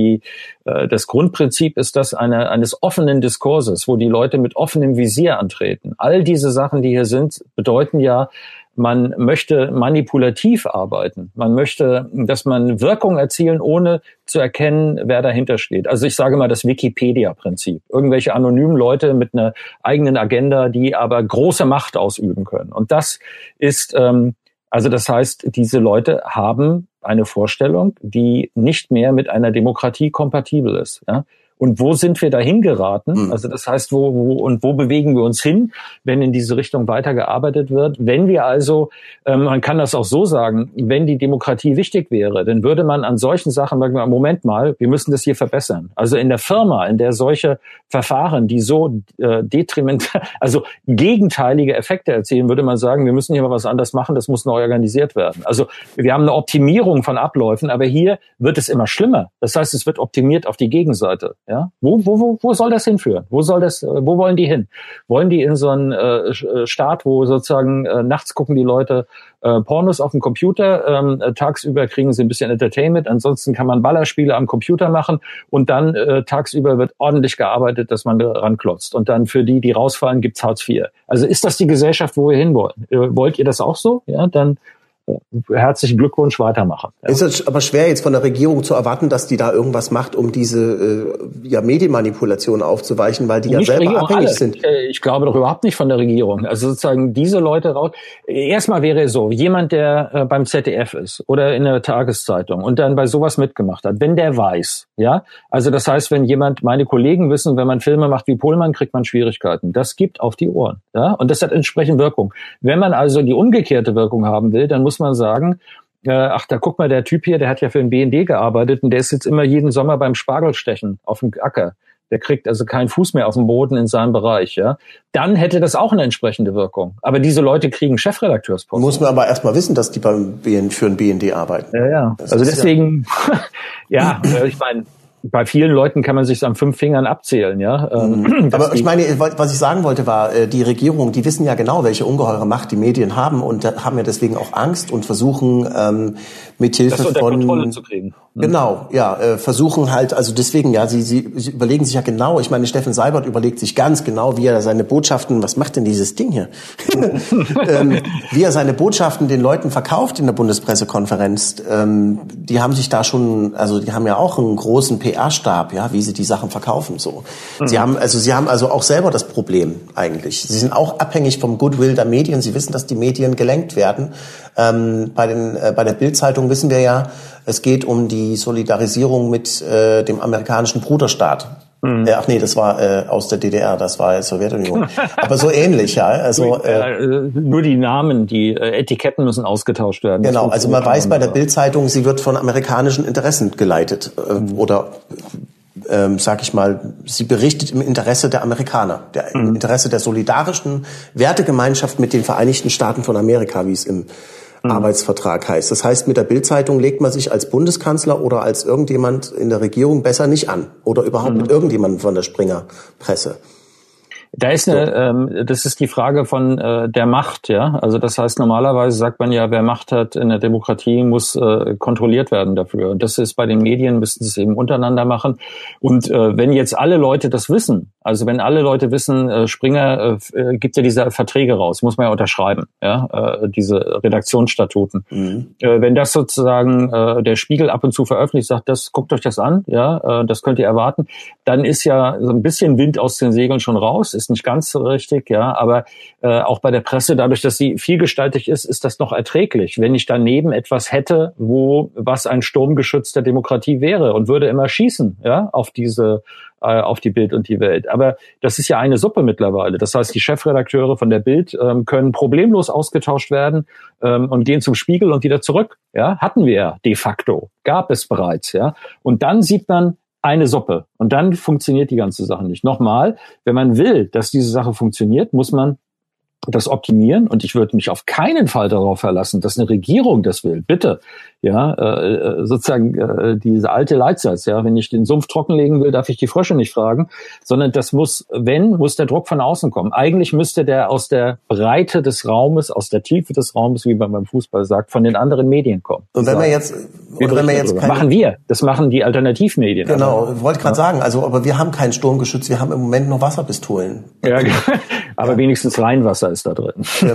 das Grundprinzip ist das eines offenen Diskurses, wo die Leute mit offenem Visier antreten. All diese Sachen, die hier sind, bedeuten ja, man möchte manipulativ arbeiten. Man möchte, dass man Wirkung erzielen, ohne zu erkennen, wer dahinter steht. Also ich sage mal das Wikipedia-Prinzip. Irgendwelche anonymen Leute mit einer eigenen Agenda, die aber große Macht ausüben können. Und das ist, also das heißt, diese Leute haben eine Vorstellung, die nicht mehr mit einer Demokratie kompatibel ist, ja. Und wo sind wir dahin geraten? Also das heißt, wo bewegen wir uns hin, wenn in diese Richtung weitergearbeitet wird? Wenn wir also, man kann das auch so sagen, wenn die Demokratie wichtig wäre, dann würde man an solchen Sachen sagen, Moment mal, wir müssen das hier verbessern. Also in der Firma, in der solche Verfahren, die so also gegenteilige Effekte erzielen, würde man sagen, wir müssen hier mal was anderes machen, das muss neu organisiert werden. Also wir haben eine Optimierung von Abläufen, aber hier wird es immer schlimmer. Das heißt, es wird optimiert auf die Gegenseite. Ja, wo soll das hinführen? Wo wollen die hin? Wollen die in so einen Staat, wo sozusagen nachts gucken die Leute Pornos auf dem Computer, tagsüber kriegen sie ein bisschen Entertainment, ansonsten kann man Ballerspiele am Computer machen und dann tagsüber wird ordentlich gearbeitet, dass man ranklotzt. Und dann für die rausfallen, gibt's Hartz IV. Also ist das die Gesellschaft, wo wir hinwollen? Wollt ihr das auch so? Ja, dann herzlichen Glückwunsch, weitermachen. Ja. Ist es aber schwer, jetzt von der Regierung zu erwarten, dass die da irgendwas macht, um diese Medienmanipulation aufzuweichen, weil die ja selber Regierung, abhängig alle. sind. Ich glaube doch überhaupt nicht von der Regierung. Also sozusagen diese Leute raus. Erstmal wäre es so, jemand, der beim ZDF ist oder in der Tageszeitung und dann bei sowas mitgemacht hat, wenn der weiß, ja, also das heißt, wenn meine Kollegen wissen, wenn man Filme macht wie Pohlmann, kriegt man Schwierigkeiten. Das gibt auf die Ohren, ja, und das hat entsprechend Wirkung. Wenn man also die umgekehrte Wirkung haben will, dann muss man sagen, ach, da guck mal, der Typ hier, der hat ja für den BND gearbeitet und der ist jetzt immer jeden Sommer beim Spargelstechen auf dem Acker. Der kriegt also keinen Fuß mehr auf dem Boden in seinem Bereich, ja. Dann hätte das auch eine entsprechende Wirkung. Aber diese Leute kriegen Chefredakteursposten. Muss man aber erstmal wissen, dass die für den BND arbeiten. Ja. Also deswegen, ja, ich meine, bei vielen Leuten kann man sich an 5 Fingern abzählen, ja. Aber ich meine, was ich sagen wollte war, die Regierung, die wissen ja genau, welche ungeheure Macht die Medien haben und haben ja deswegen auch Angst und versuchen mithilfe das unter von Kontrolle zu kriegen. Genau, ja, versuchen halt, also deswegen, ja, sie überlegen sich ja genau, ich meine, Steffen Seibert überlegt sich ganz genau, wie er seine Botschaften, was macht denn dieses Ding hier? Wie er seine Botschaften den Leuten verkauft in der Bundespressekonferenz. Die haben sich da schon, also die haben ja auch einen großen PR-Stab, ja, wie sie die Sachen verkaufen, so. Sie haben also auch selber das Problem eigentlich. Sie sind auch abhängig vom Goodwill der Medien. Sie wissen, dass die Medien gelenkt werden. Bei der Bild-Zeitung wissen wir ja, es geht um die Solidarisierung mit dem amerikanischen Bruderstaat. Ach nee, das war aus der DDR, das war Sowjetunion. Aber so ähnlich, ja. Also nur die Namen, die Etiketten müssen ausgetauscht werden. Genau, also man weiß bei der Bild-Zeitung, sie wird von amerikanischen Interessen geleitet oder sag ich mal, sie berichtet im Interesse der Amerikaner, im Interesse der solidarischen Wertegemeinschaft mit den Vereinigten Staaten von Amerika, wie es im Arbeitsvertrag heißt. Das heißt, mit der Bild-Zeitung legt man sich als Bundeskanzler oder als irgendjemand in der Regierung besser nicht an. Oder überhaupt mit irgendjemandem von der Springer-Presse. Da ist das ist die Frage von der Macht, ja. Also das heißt, normalerweise sagt man ja, wer Macht hat in der Demokratie, muss kontrolliert werden dafür. Und das ist bei den Medien, müssten sie es eben untereinander machen. Und wenn jetzt alle Leute das wissen, also wenn alle Leute wissen, Springer gibt ja diese Verträge raus, muss man ja unterschreiben, ja, diese Redaktionsstatuten. Wenn das sozusagen der Spiegel ab und zu veröffentlicht, sagt, guckt euch das an, ja, das könnt ihr erwarten, dann ist ja so ein bisschen Wind aus den Segeln schon raus. Ist nicht ganz so richtig, ja, aber auch bei der Presse, dadurch, dass sie vielgestaltig ist das noch erträglich. Wenn ich daneben etwas hätte, was ein Sturmgeschütz der Demokratie wäre und würde immer schießen, ja, auf die Bild und die Welt. Aber das ist ja eine Suppe mittlerweile. Das heißt, die Chefredakteure von der Bild können problemlos ausgetauscht werden und gehen zum Spiegel und wieder zurück. Ja, hatten wir ja de facto, gab es bereits, ja. Und dann sieht man eine Suppe. Und dann funktioniert die ganze Sache nicht. Nochmal, wenn man will, dass diese Sache funktioniert, muss man das optimieren. Und ich würde mich auf keinen Fall darauf verlassen, dass eine Regierung das will. Bitte. Ja, sozusagen diese alte Leitsatz, ja, wenn ich den Sumpf trockenlegen will, darf ich die Frösche nicht fragen, sondern das muss der Druck von außen kommen. Eigentlich müsste der aus der Breite des Raumes, aus der Tiefe des Raumes, wie man beim Fußball sagt, von den anderen Medien kommen. Und wenn wir jetzt machen wir, das machen die Alternativmedien. Genau, ich wollte gerade sagen, also aber wir haben kein Sturmgeschütz, wir haben im Moment nur Wasserpistolen. Ja, aber wenigstens Rheinwasser ist da drin.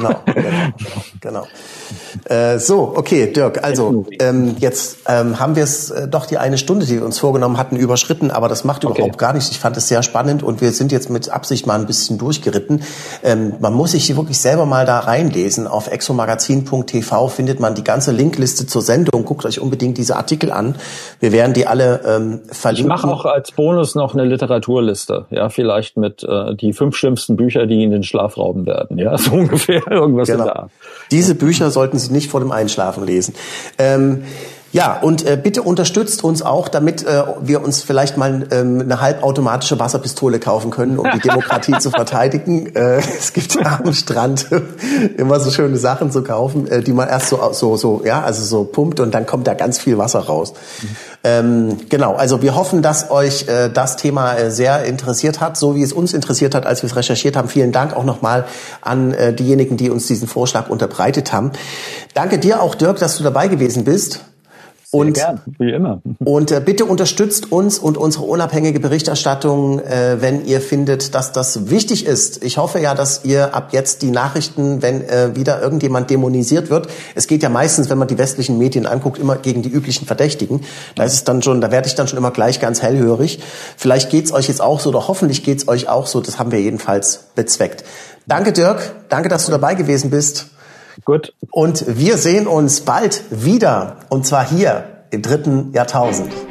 Genau. So, okay, Dirk, also jetzt haben wir es doch die eine Stunde, die wir uns vorgenommen hatten, überschritten, aber das macht überhaupt gar nichts. Ich fand es sehr spannend und wir sind jetzt mit Absicht mal ein bisschen durchgeritten. Man muss sich wirklich selber mal da reinlesen. Auf exomagazin.tv findet man die ganze Linkliste zur Sendung. Guckt euch unbedingt diese Artikel an. Wir werden die alle verlinken. Ich mache auch als Bonus noch eine Literaturliste, ja, vielleicht mit die 5 schlimmsten Bücher, die in den Schlaf rauben werden, ja, so ungefähr irgendwas in der Art. Diese Bücher sollten Sie nicht vor dem Einschlafen lesen. Ja, und bitte unterstützt uns auch, damit wir uns vielleicht mal eine halbautomatische Wasserpistole kaufen können, um die Demokratie zu verteidigen. Es gibt ja am Strand immer so schöne Sachen zu kaufen, die man erst so pumpt und dann kommt da ganz viel Wasser raus. Genau, also wir hoffen, dass euch das Thema sehr interessiert hat, so wie es uns interessiert hat, als wir es recherchiert haben. Vielen Dank auch nochmal an diejenigen, die uns diesen Vorschlag unterbreitet haben. Danke dir auch, Dirk, dass du dabei gewesen bist. Sehr gern, wie immer. Und bitte unterstützt uns und unsere unabhängige Berichterstattung, wenn ihr findet, dass das wichtig ist. Ich hoffe ja, dass ihr ab jetzt die Nachrichten, wenn wieder irgendjemand dämonisiert wird, es geht ja meistens, wenn man die westlichen Medien anguckt, immer gegen die üblichen Verdächtigen. Da werde ich dann schon immer gleich ganz hellhörig. Vielleicht geht's euch jetzt auch so, oder hoffentlich geht's euch auch so. Das haben wir jedenfalls bezweckt. Danke, Dirk. Danke, dass du dabei gewesen bist. Gut. Und wir sehen uns bald wieder, und zwar hier im 3. Jahrtausend.